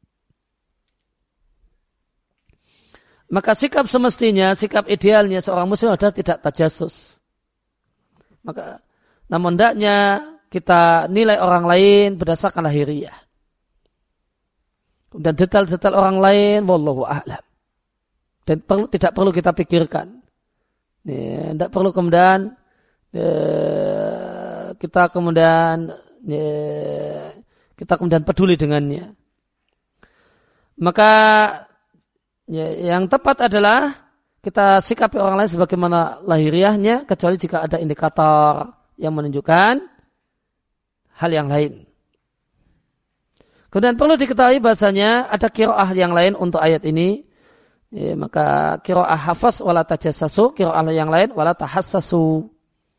Maka sikap semestinya, sikap idealnya seorang muslim adalah tidak tajassus. Maka, namun hendaknya kita nilai orang lain berdasarkan lahiriah. Dan detail-detail orang lain, wallahu a'lam. Dan tidak perlu kita pikirkan. Tidak perlu kemudian kita kemudian peduli dengannya. Maka yang tepat adalah kita sikapi orang lain sebagaimana lahiriahnya, kecuali jika ada indikator yang menunjukkan hal yang lain. Kemudian perlu diketahui bahasanya ada qiraah yang lain untuk ayat ini. Maka qiraah hafaz wala tajassasu, qiraah yang lain wala tahassasu.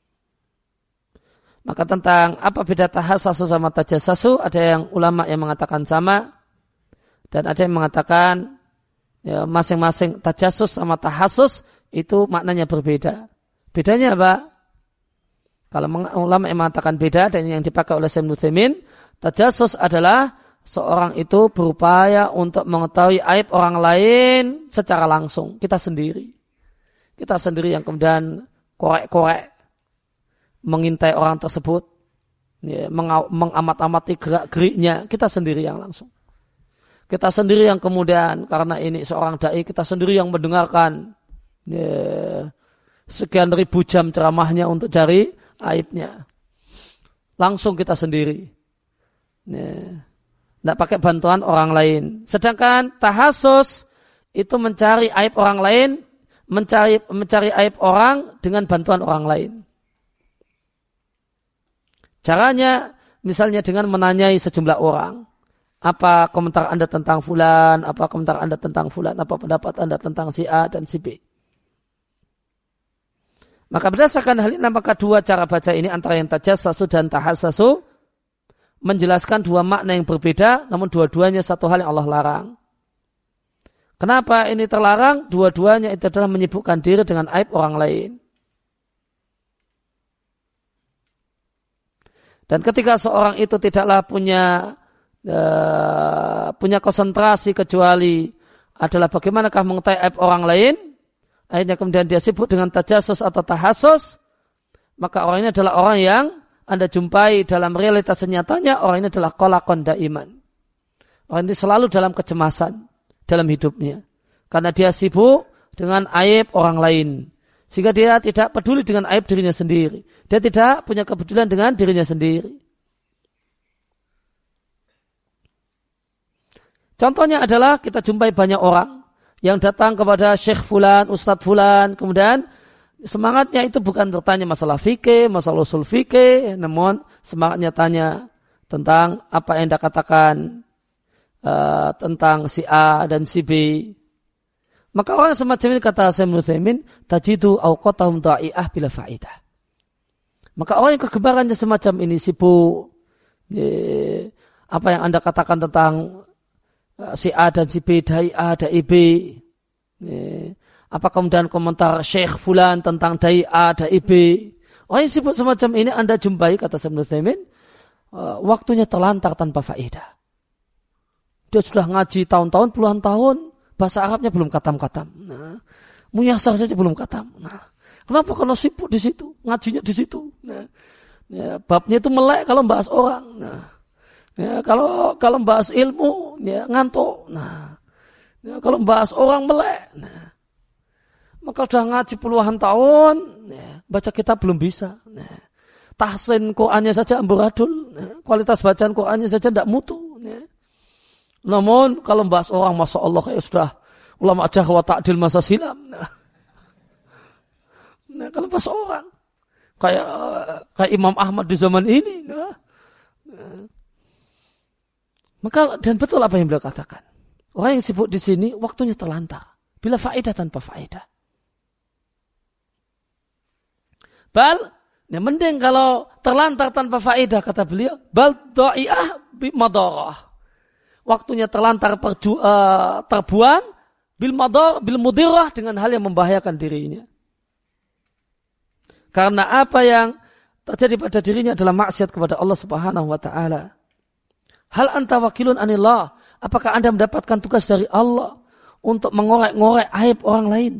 Maka tentang apa beda tahassasu sama tajassasu, ada yang ulama yang mengatakan sama dan ada yang mengatakan masing-masing tajassus sama tahassus itu maknanya berbeda. Bedanya apa? Kalau ulama yang mengatakan beda dan yang dipakai oleh Syekh Utsaimin, tajassus adalah seorang itu berupaya untuk mengetahui aib orang lain secara langsung. Kita sendiri yang kemudian korek-korek mengintai orang tersebut, mengamat-amati gerak-geriknya, kita sendiri yang langsung. Kita sendiri yang kemudian karena ini seorang dai, kita sendiri yang mendengarkan sekian ribu jam ceramahnya untuk cari aibnya. Langsung kita sendiri. Tidak pakai bantuan orang lain. Sedangkan tahasus itu mencari aib orang lain, mencari aib orang dengan bantuan orang lain. Caranya misalnya dengan menanyai sejumlah orang. Apa komentar Anda tentang fulan, apa komentar Anda tentang fulan, apa pendapat Anda tentang si A dan si B. Maka berdasarkan hal ini, maka dua cara baca ini antara yang tajassasu dan tahassasu menjelaskan dua makna yang berbeda, namun dua-duanya satu hal yang Allah larang. Kenapa ini terlarang? Dua-duanya itu adalah menyibukkan diri dengan aib orang lain. Dan ketika seorang itu tidaklah punya konsentrasi kecuali adalah bagaimanakah mengetahui aib orang lain, akhirnya kemudian dia sibuk dengan tajassus atau tahassus, maka orang ini adalah orang yang Anda jumpai dalam realitas nyatanya, orang ini adalah qalaqon daiman. Orang ini selalu dalam kecemasan dalam hidupnya. Karena dia sibuk dengan aib orang lain. Sehingga dia tidak peduli dengan aib dirinya sendiri. Dia tidak punya kepedulian dengan dirinya sendiri. Contohnya adalah kita jumpai banyak orang yang datang kepada Syekh Fulan, Ustadz Fulan, kemudian semangatnya itu bukan bertanya masalah fikih, masalah usul fikih, namun semangatnya tanya tentang apa yang Anda katakan tentang si A dan si B. Maka orang semacam ini kata Syekh Utsaimin, tajidu awqatahum da'i'ah bila fa'idah. Maka orang yang kegemarannya semacam ini sibuk apa yang Anda katakan tentang si A dan si B, dai A, dai B. Apa kemudian komentar Syekh Fulan tentang dai A, dai B. Orang yang sibuk semacam ini Anda jumpai, kata Syekh Utsaimin, waktunya terlantar tanpa faedah. Dia sudah ngaji tahun-tahun, puluhan tahun, bahasa Arabnya belum katam-katam. Nah, munyasar saja belum katam. Nah, kenapa? Karena sibuk di situ, ngajinya di situ. Nah, ya, babnya itu melek kalau bahas orang. Nah, ya, kalau bahas ilmu, ya, ngantuk. Nah, ya, kalau bahas orang melek. Nah, maka sudah ngaji puluhan tahun, ya, baca kitab belum bisa. Nah, tahsin Qur'annya saja amburadul. Nah, kualitas bacaan Qur'annya saja tidak mutu. Ya. Namun kalau bahas orang, masya Allah kayak sudah ulama jarh wa ta'dil masa silam. Nah, kalau bahas orang kayak Imam Ahmad di zaman ini. Maka dan betul apa yang beliau katakan. Orang yang sibuk di sini waktunya terlantar. Bila faedah tanpa faedah. Ya mending kalau terlantar tanpa faedah, kata beliau. Bal da'i'ah bimadarah. Waktunya terlantar terbuang bil mudirah dengan hal yang membahayakan dirinya. Karena apa yang terjadi pada dirinya adalah maksiat kepada Allah Subhanahu wa taala. Hal anta wakilun anillah? Apakah Anda mendapatkan tugas dari Allah untuk mengorek-ngorek aib orang lain?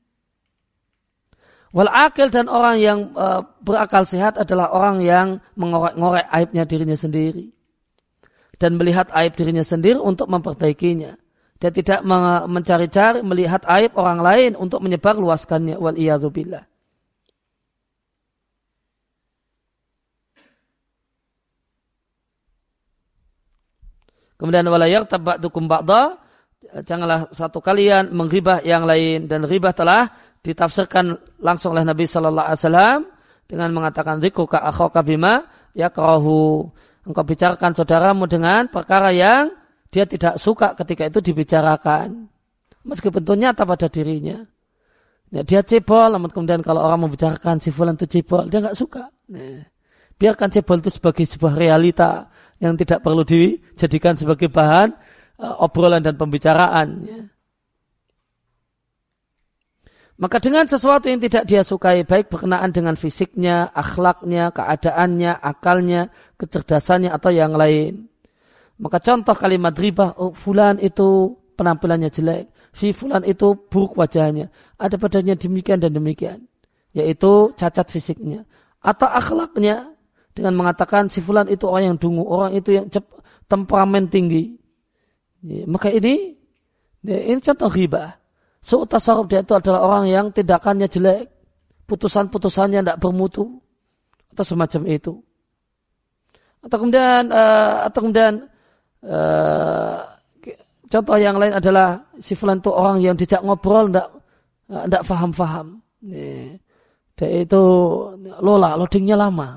Wal akil, dan orang yang berakal sehat adalah orang yang mengorek-ngorek aibnya dirinya sendiri. Dan melihat aib dirinya sendiri untuk memperbaikinya. Dia tidak mencari-cari melihat aib orang lain untuk menyebar luaskannya. Wal iyadzu billah. Kemudian wala yaghtab ba'dukum ba'dha, janganlah satu kalian menghibah yang lain, dan ghibah telah ditafsirkan langsung oleh Nabi sallallahu alaihi wasallam dengan mengatakan dzikruka akhaka bima yakrahu. Engkau bicarakan saudaramu dengan perkara yang dia tidak suka ketika itu dibicarakan. Meskipun itu nyata pada dirinya. Ya, dia cebol, namun kemudian kalau orang membicarakan si fulan itu cebol, dia nggak suka. Nah, biarkan cebol itu sebagai sebuah realita yang tidak perlu dijadikan sebagai bahan obrolan dan pembicaraan. Ya. Maka dengan sesuatu yang tidak dia sukai, baik berkenaan dengan fisiknya, akhlaknya, keadaannya, akalnya, kecerdasannya, atau yang lain. Maka contoh kalimat ribah, oh, fulan itu penampilannya jelek, si fulan itu buruk wajahnya, ada padanya demikian dan demikian. Yaitu cacat fisiknya. Atau akhlaknya, dengan mengatakan si fulan itu orang yang dungu, orang itu yang temperamen tinggi. Ya, maka ini contoh ribah. Su'u tasarruf, dia itu adalah orang yang tindakannya jelek, putusan-putusannya tidak bermutu atau semacam itu. Atau kemudian contoh yang lain adalah si fulan itu orang yang dijak ngobrol tidak faham-faham. Dia itu loadingnya lama.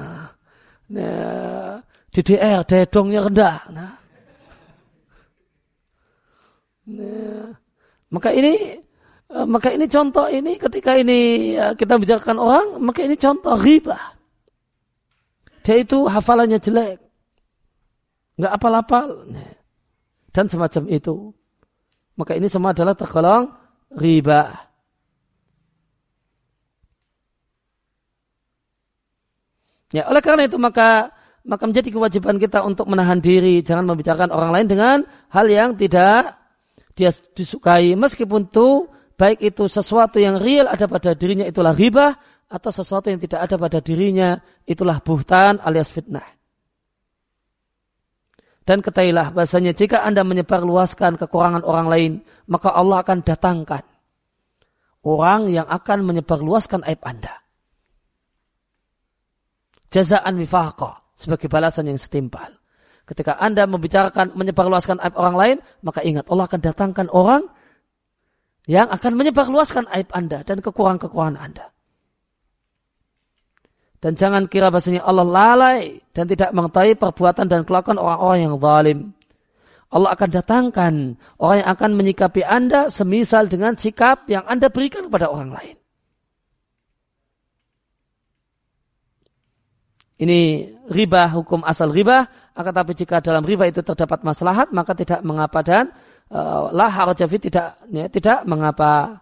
DDR, dedongnya rendah. Maka ini contoh ini ketika ini kita bicarakan orang, maka ini contoh ghibah. Dia itu hafalannya jelek, nggak apal-apal, dan semacam itu. Maka ini semua adalah tergolong ghibah. Ya, oleh karena itu maka menjadi kewajiban kita untuk menahan diri, jangan membicarakan orang lain dengan hal yang tidak dia disukai, meskipun itu baik itu sesuatu yang real ada pada dirinya itulah ghibah, atau sesuatu yang tidak ada pada dirinya itulah buhtan alias fitnah. Dan ketahuilah bahasanya jika Anda menyebarluaskan kekurangan orang lain, maka Allah akan datangkan orang yang akan menyebarluaskan aib Anda. Jazaan wifaqah, sebagai balasan yang setimpal. Ketika Anda menyebarluaskan aib orang lain, maka ingat Allah akan datangkan orang yang akan menyebarluaskan aib Anda dan kekurangan-kekurangan Anda. Dan jangan kira bahasanya Allah lalai dan tidak mengetahui perbuatan dan kelakuan orang-orang yang zalim. Allah akan datangkan orang yang akan menyikapi Anda semisal dengan sikap yang Anda berikan kepada orang lain. Ini riba, hukum asal riba. Akan tapi jika dalam riba itu terdapat maslahat, maka tidak mengapa dan la haraja fi tidak mengapa.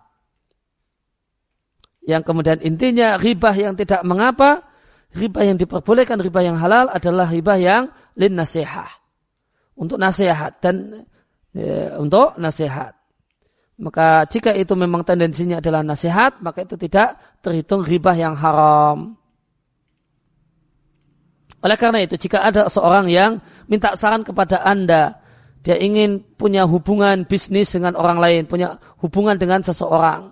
Yang kemudian intinya riba yang tidak mengapa, riba yang diperbolehkan, riba yang halal adalah riba yang lin nasihah, untuk nasihat dan untuk nasihat. Maka jika itu memang tendensinya adalah nasihat, maka itu tidak terhitung riba yang haram. Oleh karena itu, jika ada seorang yang minta saran kepada Anda, dia ingin punya hubungan bisnis dengan orang lain, punya hubungan dengan seseorang,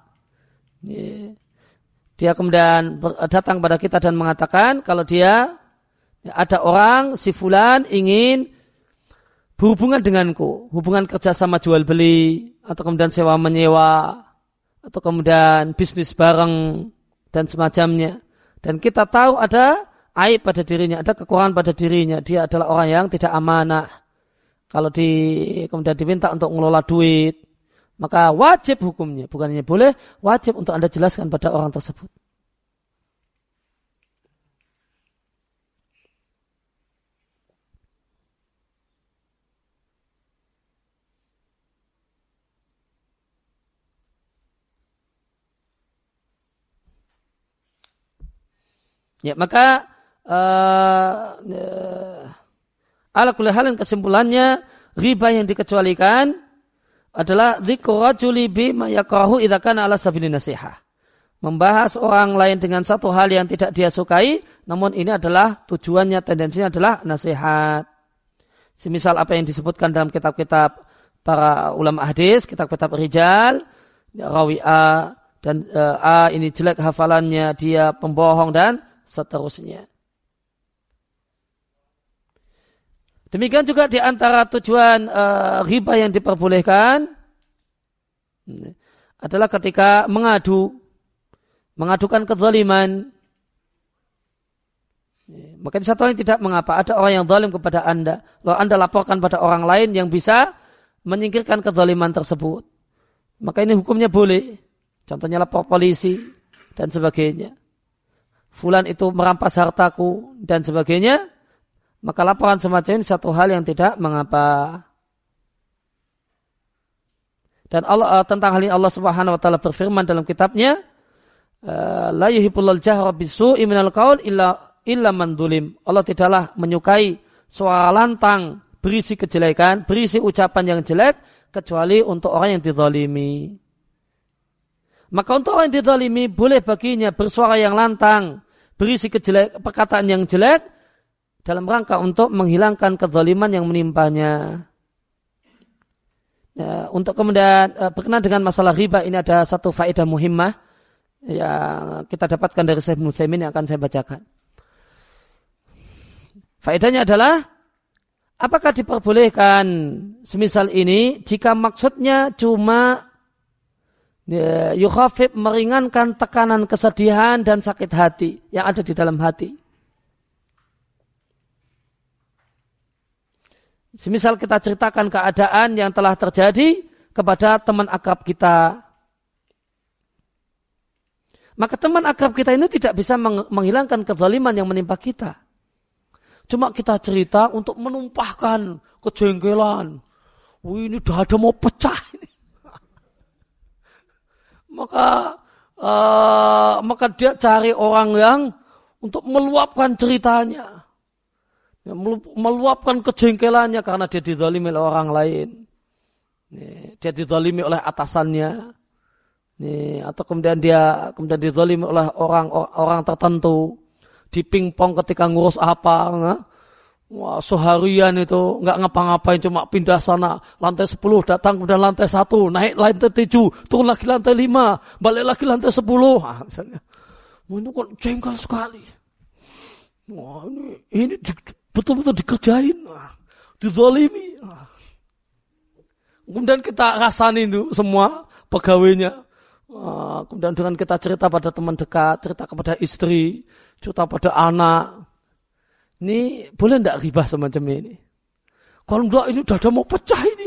dia kemudian datang pada kita dan mengatakan kalau dia ada orang si fulan ingin berhubungan denganku, hubungan kerjasama jual beli atau kemudian sewa menyewa atau kemudian bisnis bareng dan semacamnya, dan kita tahu ada aib pada dirinya, ada kekurangan pada dirinya, dia adalah orang yang tidak amanah. Kalau kemudian diminta untuk mengelola duit, maka wajib hukumnya, bukan hanya boleh, wajib untuk Anda jelaskan pada orang tersebut. Ya, maka ala kulli halin kesimpulannya riba yang dikecualikan adalah dzikru rajuli bima yakrahu idza kana ala sabili nasihah. Membahas orang lain dengan satu hal yang tidak dia sukai, namun ini adalah tujuannya, tendensinya adalah nasihat. Semisal apa yang disebutkan dalam kitab-kitab para ulama hadis, kitab-kitab rijal, rawi A dan A ini jelek hafalannya, dia pembohong dan seterusnya. Demikian juga di antara tujuan riba yang diperbolehkan adalah ketika mengadukan kezaliman. Maka di satu hal tidak mengapa ada orang yang zalim kepada Anda, lalu Anda laporkan pada orang lain yang bisa menyingkirkan kezaliman tersebut. Maka ini hukumnya boleh. Contohnya lapor polisi dan sebagainya. Fulan itu merampas hartaku dan sebagainya. Maka laporan semacam ini satu hal yang tidak mengapa. Dan Allah tentang hal ini Allah Subhanahu wa taala berfirman dalam kitabnya, la yuhibbul jahra bisu'i minal qaul illa man dzulim. Allah tidaklah menyukai suara lantang berisi kejelekan, berisi ucapan yang jelek kecuali untuk orang yang dizalimi. Maka untuk orang yang dizalimi boleh baginya bersuara yang lantang, berisi perkataan yang jelek dalam rangka untuk menghilangkan kezaliman yang menimpanya. Ya, untuk kemudian berkenaan dengan masalah riba ini ada satu faedah muhimmah yang kita dapatkan dari Syekh Ibnu Utsaimin yang akan saya bacakan. Faedahnya adalah, apakah diperbolehkan semisal ini jika maksudnya cuma yukhafif, meringankan tekanan kesedihan dan sakit hati yang ada di dalam hati. Semisal kita ceritakan keadaan yang telah terjadi kepada teman akrab kita, maka teman akrab kita ini tidak bisa menghilangkan kezaliman yang menimpa kita. Cuma kita cerita untuk menumpahkan kejengkelan. Ini dada mau pecah ini. Maka dia cari orang yang untuk meluapkan ceritanya, meluapkan kejengkelannya karena dia dizalimi oleh orang lain. Dia dizalimi oleh atasannya. Atau kemudian dia dizalimi oleh orang tertentu, dipingpong ketika ngurus apa, wah, seharian itu nggak ngapa-ngapain, cuma pindah sana lantai 10, datang kemudian lantai 1, naik lantai 7, turun lagi lantai 5, balik lagi lantai 10. Misalnya, ini kok jengkel sekali. Wah, ini betul-betul dikerjain, dizalimi. Kemudian kita rasain itu semua pegawainya. Kemudian dengan kita cerita pada teman dekat, cerita kepada istri, cerita pada anak. Ini boleh enggak ribah semacam ini? Kalau enggak, ini dada mau pecah ini.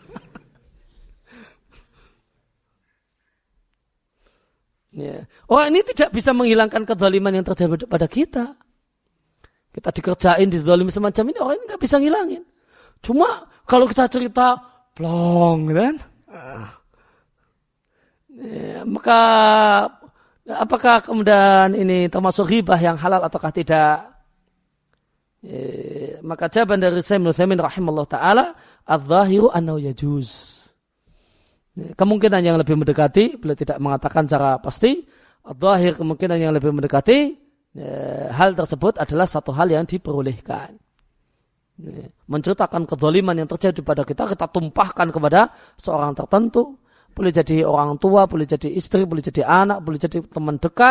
Ya. Oh, ini tidak bisa menghilangkan kezaliman yang terjadi pada kita. Kita dikerjain, dizalimi semacam ini, orang ini enggak bisa ngilangin. Cuma kalau kita cerita plong, kan? Ya, maka apakah kemudian ini termasuk ghibah yang halal ataukah tidak? Maka jawaban dari Syekh Ibnu Utsaimin rahimahullah taala, adz-dzahiru annahu yajuz. Kemungkinan yang lebih mendekati, beliau tidak mengatakan secara pasti, adz-dzahir kemungkinan yang lebih mendekati, hal tersebut adalah satu hal yang diperbolehkan. Menceritakan kezaliman yang terjadi pada kita tumpahkan kepada seorang tertentu. Boleh jadi orang tua, boleh jadi istri, boleh jadi anak, boleh jadi teman dekat.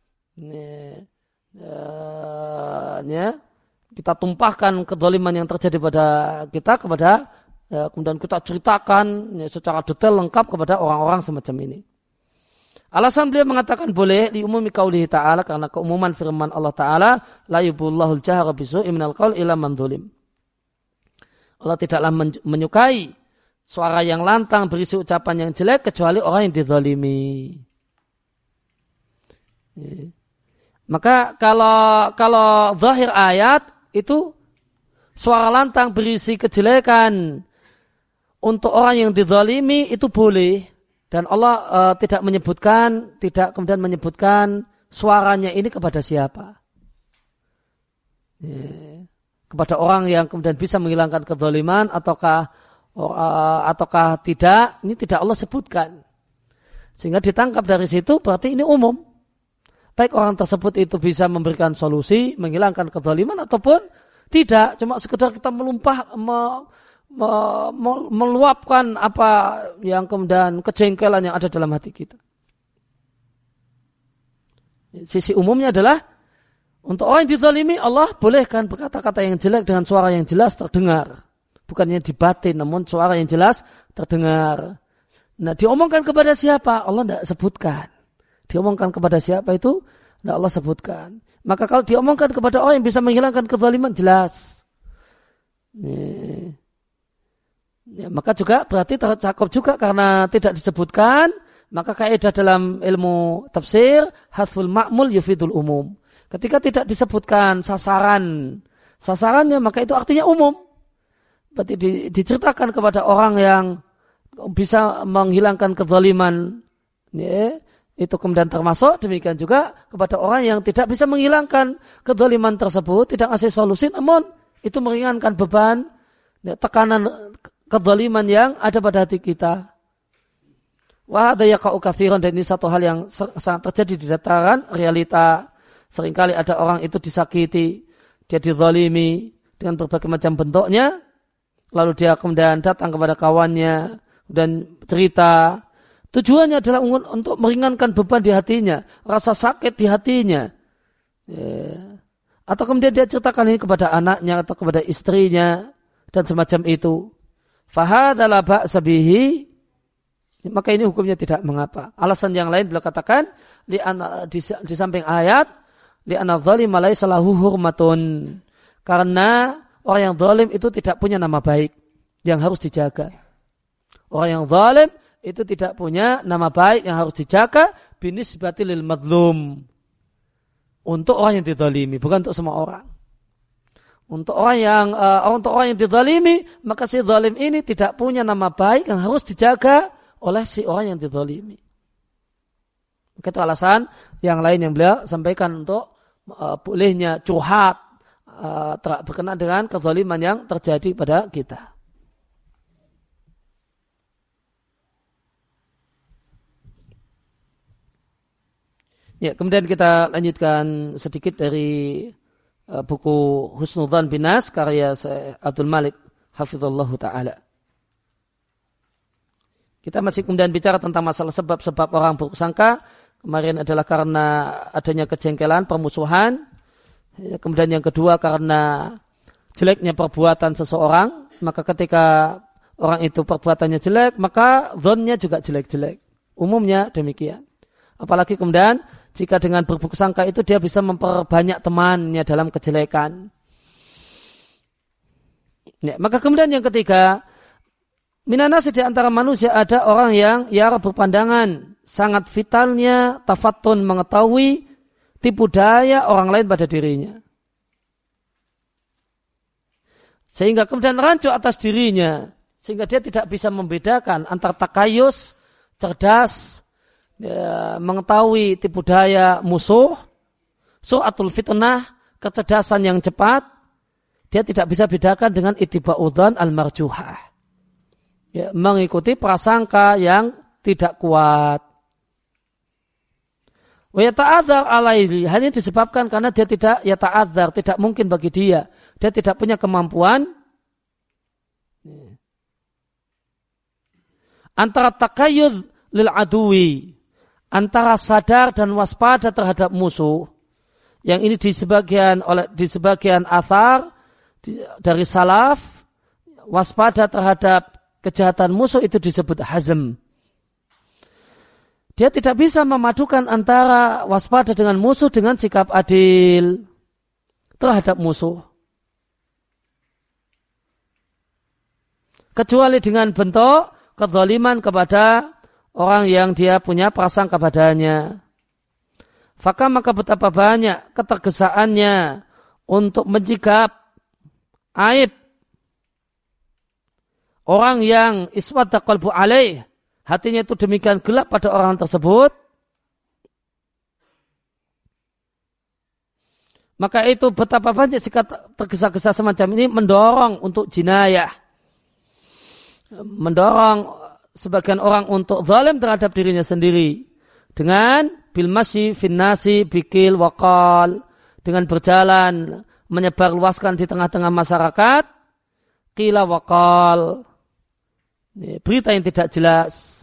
Kita tumpahkan kezaliman yang terjadi pada kita kemudian kita ceritakan secara detail lengkap kepada orang-orang semacam ini. Alasan beliau mengatakan boleh liumumi qaulihi ta'ala, karena keumuman firman Allah Ta'ala, la yuhibbullahu al-jahra bisu'i minal qaul illa man zulim. Allah tidaklah menyukai suara yang lantang berisi ucapan yang jelek kecuali orang yang dizalimi. Maka kalau zahir ayat itu suara lantang berisi kejelekan untuk orang yang dizalimi itu boleh, dan Allah tidak kemudian menyebutkan suaranya ini kepada siapa. Kepada orang yang kemudian bisa menghilangkan kezaliman ataukah tidak, ini tidak Allah sebutkan. Sehingga ditangkap dari situ berarti ini umum. Baik orang tersebut itu bisa memberikan solusi, menghilangkan kezaliman ataupun tidak. Cuma sekedar kita meluapkan apa yang kemudian kejengkelan yang ada dalam hati kita. Sisi umumnya adalah untuk orang yang dizalimi, Allah bolehkan berkata-kata yang jelek dengan suara yang jelas terdengar. Bukannya di batin, namun suara yang jelas terdengar. Nah, diomongkan kepada siapa? Allah tidak sebutkan. Diomongkan kepada siapa itu? Tidak Allah sebutkan. Maka kalau diomongkan kepada orang yang bisa menghilangkan kezaliman, jelas. Maka juga berarti tercakup juga karena tidak disebutkan. Maka kaidah dalam ilmu tafsir, hadful ma'mul yufidul umum. Ketika tidak disebutkan sasarannya, maka itu artinya umum. Berarti diceritakan kepada orang yang bisa menghilangkan kezaliman, itu kemudian termasuk. Demikian juga kepada orang yang tidak bisa menghilangkan kezaliman tersebut, tidak ngasih solusi, namun itu meringankan beban, tekanan kezaliman yang ada pada hati kita. Wah, ada yaqa'u katsiran, dan ini satu hal yang sangat terjadi di dataran realita. Seringkali ada orang itu disakiti, dia dizalimi dengan berbagai macam bentuknya. Lalu dia kemudian datang kepada kawannya dan cerita, Tujuannya adalah untuk meringankan beban di hatinya, rasa sakit di hatinya. Atau kemudian dia ceritakan ini kepada anaknya atau kepada istrinya dan semacam itu. Fahadalah ba'sa bihi, maka ini hukumnya tidak mengapa. Alasan yang lain beliau katakan di samping ayat li'anna dzalima laisa lahu hurmatun, karena orang yang zalim itu tidak punya nama baik yang harus dijaga. Orang yang zalim itu tidak punya nama baik yang harus dijaga binisbati lil madlum. Untuk orang yang dizalimi, bukan untuk semua orang. Untuk orang yang dizalimi, maka si zalim ini tidak punya nama baik yang harus dijaga oleh si orang yang dizalimi. Itu alasan yang lain yang beliau sampaikan untuk bolehnya curhat berkenaan dengan kezaliman yang terjadi pada kita. Ya, kemudian kita lanjutkan sedikit dari buku Husnudzan bin Nas karya Abdul Malik hafizallahu taala. Kita masih kemudian bicara tentang masalah sebab-sebab orang buruk sangka. Kemarin adalah karena adanya kejengkelan, permusuhan. Kemudian yang kedua karena jeleknya perbuatan seseorang. Maka ketika orang itu perbuatannya jelek, maka dzannya juga jelek-jelek. Umumnya demikian. Apalagi kemudian jika dengan berburuk sangka itu dia bisa memperbanyak temannya dalam kejelekan. Ya, maka kemudian yang ketiga, minanasi di antara manusia ada orang yang yara berpandangan sangat vitalnya tafattun mengetahui tipu daya orang lain pada dirinya. Sehingga kemudian rancu atas dirinya. Sehingga dia tidak bisa membedakan antara takayus, cerdas, mengetahui tipu daya musuh, su'atul fitnah, kecerdasan yang cepat, dia tidak bisa bedakan dengan ittiba'udzan al-marjuhah. Ya, mengikuti prasangka yang tidak kuat. Wa yata'adzar alaihi, hal ini disebabkan karena dia tidak yata'adzar, tidak mungkin bagi dia. Dia tidak punya kemampuan antara takayyud lil aduwi, antara sadar dan waspada terhadap musuh, yang ini di sebagian athar dari salaf, waspada terhadap kejahatan musuh itu disebut hazm. Dia tidak bisa memadukan antara waspada dengan musuh dengan sikap adil terhadap musuh, kecuali dengan bentuk kezaliman kepada orang yang dia punya prasangka padanya. Maka betapa banyak ketergesaannya untuk mencegah aib orang yang iswadda qalbu alaih, hatinya itu demikian gelap pada orang tersebut. Maka itu betapa banyak sikap tergesa-gesa semacam ini mendorong untuk jinayah, mendorong sebagian orang untuk zalim terhadap dirinya sendiri dengan bil masyi fin nasi bikil waqal, dengan berjalan menyebarluaskan di tengah-tengah masyarakat qila waqal, berita yang tidak jelas.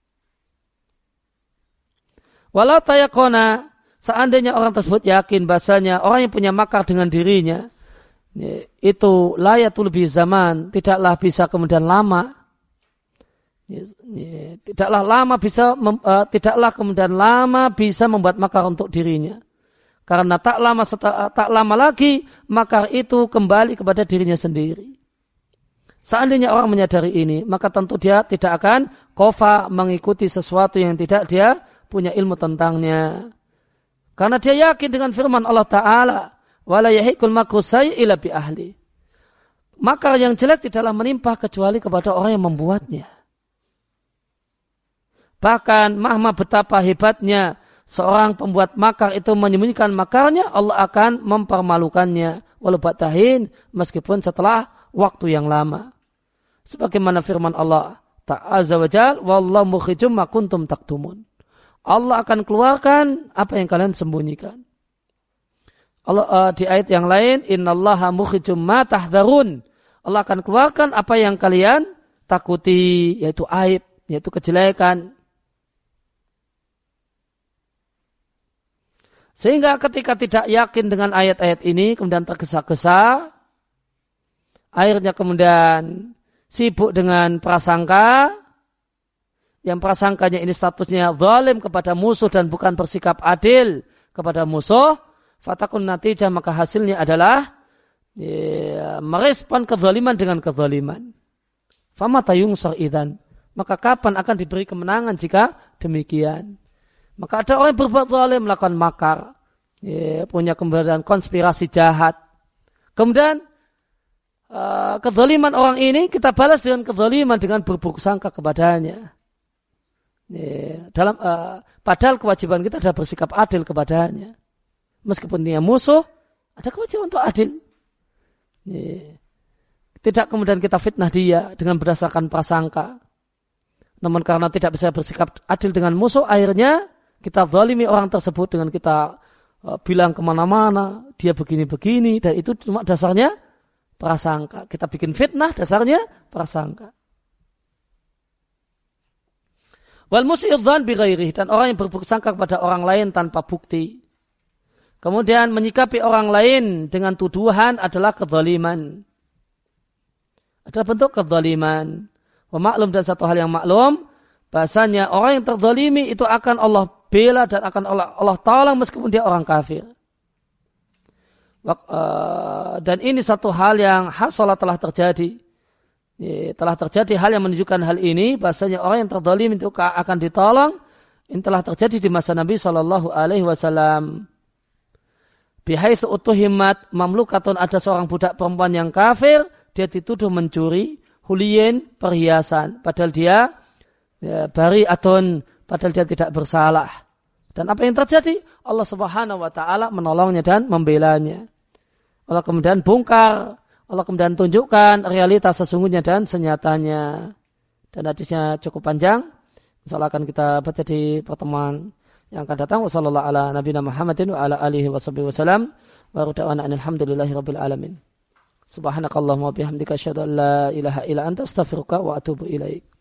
Walau tayakona, seandainya orang tersebut yakin bahasanya orang yang punya makar dengan dirinya itu layatul bi zaman, tidaklah bisa kemudian lama, tidaklah kemudian lama bisa membuat makar untuk dirinya, karena tak lama lagi makar itu kembali kepada dirinya sendiri. Seandainya orang menyadari ini, maka tentu dia tidak akan kofa mengikuti sesuatu yang tidak dia punya ilmu tentangnya, karena dia yakin dengan firman Allah Ta'ala, wala yahiqul makru sayyi illa bi ahli, makar yang jelek tidaklah menimpa kecuali kepada orang yang membuatnya. Bahkan mahma betapa hebatnya seorang pembuat makar itu menyembunyikan makarnya, Allah akan mempermalukannya walau batahin, meskipun setelah waktu yang lama. Sebagaimana firman Allah Ta'ala wa jal, wallahu mukhrijum ma kuntum taktumun. Allah akan keluarkan apa yang kalian sembunyikan. Allah di ayat yang lain, innallaha mukhrijum ma tahdharun. Allah akan keluarkan apa yang kalian takuti, yaitu aib, yaitu kejelekan. Sehingga ketika tidak yakin dengan ayat-ayat ini, kemudian tergesa-gesa, akhirnya kemudian sibuk dengan prasangka, yang prasangkanya ini statusnya zalim kepada musuh dan bukan bersikap adil kepada musuh, fatakun natijah, maka hasilnya adalah merespon kezaliman dengan kezaliman. Famata yungsar idzan, maka kapan akan diberi kemenangan jika demikian? Maka ada orang yang berbuat zalim, melakukan makar, punya kemudian konspirasi jahat. Kemudian kezaliman orang ini kita balas dengan kezaliman dengan berburuk sangka kepadanya. Padahal kewajiban kita adalah bersikap adil kepadanya. Meskipun dia musuh, ada kewajiban untuk adil. Tidak kemudian kita fitnah dia dengan berdasarkan prasangka. Namun karena tidak bisa bersikap adil dengan musuh, akhirnya kita zalimi orang tersebut dengan kita bilang kemana-mana, dia begini-begini, dan itu cuma dasarnya prasangka. Kita bikin fitnah, dasarnya prasangka. Wal musyidzan bi ghairihi, dan orang yang berburuk sangka kepada orang lain tanpa bukti. Kemudian menyikapi orang lain dengan tuduhan adalah kezaliman. Adalah bentuk kezaliman. Wa maklum, dan satu hal yang maklum, bahasanya orang yang terzalimi itu akan Allah bela dan akan Allah tolong meskipun dia orang kafir. Dan ini satu hal yang hasolah telah terjadi. Telah terjadi hal yang menunjukkan hal ini, bahasanya orang yang terzalim itu akan ditolong. Ini telah terjadi di masa Nabi SAW. Bihaitsu utuhimat mamlukatun, ada seorang budak perempuan yang kafir, dia dituduh mencuri huliyin, perhiasan, padahal dia bari'atun, padahal dia tidak bersalah. Dan apa yang terjadi? Allah Subhanahu wa taala menolongnya dan membelanya. Allah kemudian bongkar, Allah kemudian tunjukkan realitas sesungguhnya dan senyatanya. Dan hadisnya cukup panjang. Insyaallah akan kita baca di pertemuan yang akan datang. Wassallallahu ala nabiyina Muhammadin wa ala alihi washabbihi wasallam. Wa rada'ana alhamdulillahi rabbil alamin. Subhanakallahumma wa bihamdika asyhadu an la ilaha illa anta astaghfiruka wa atubu ilaik.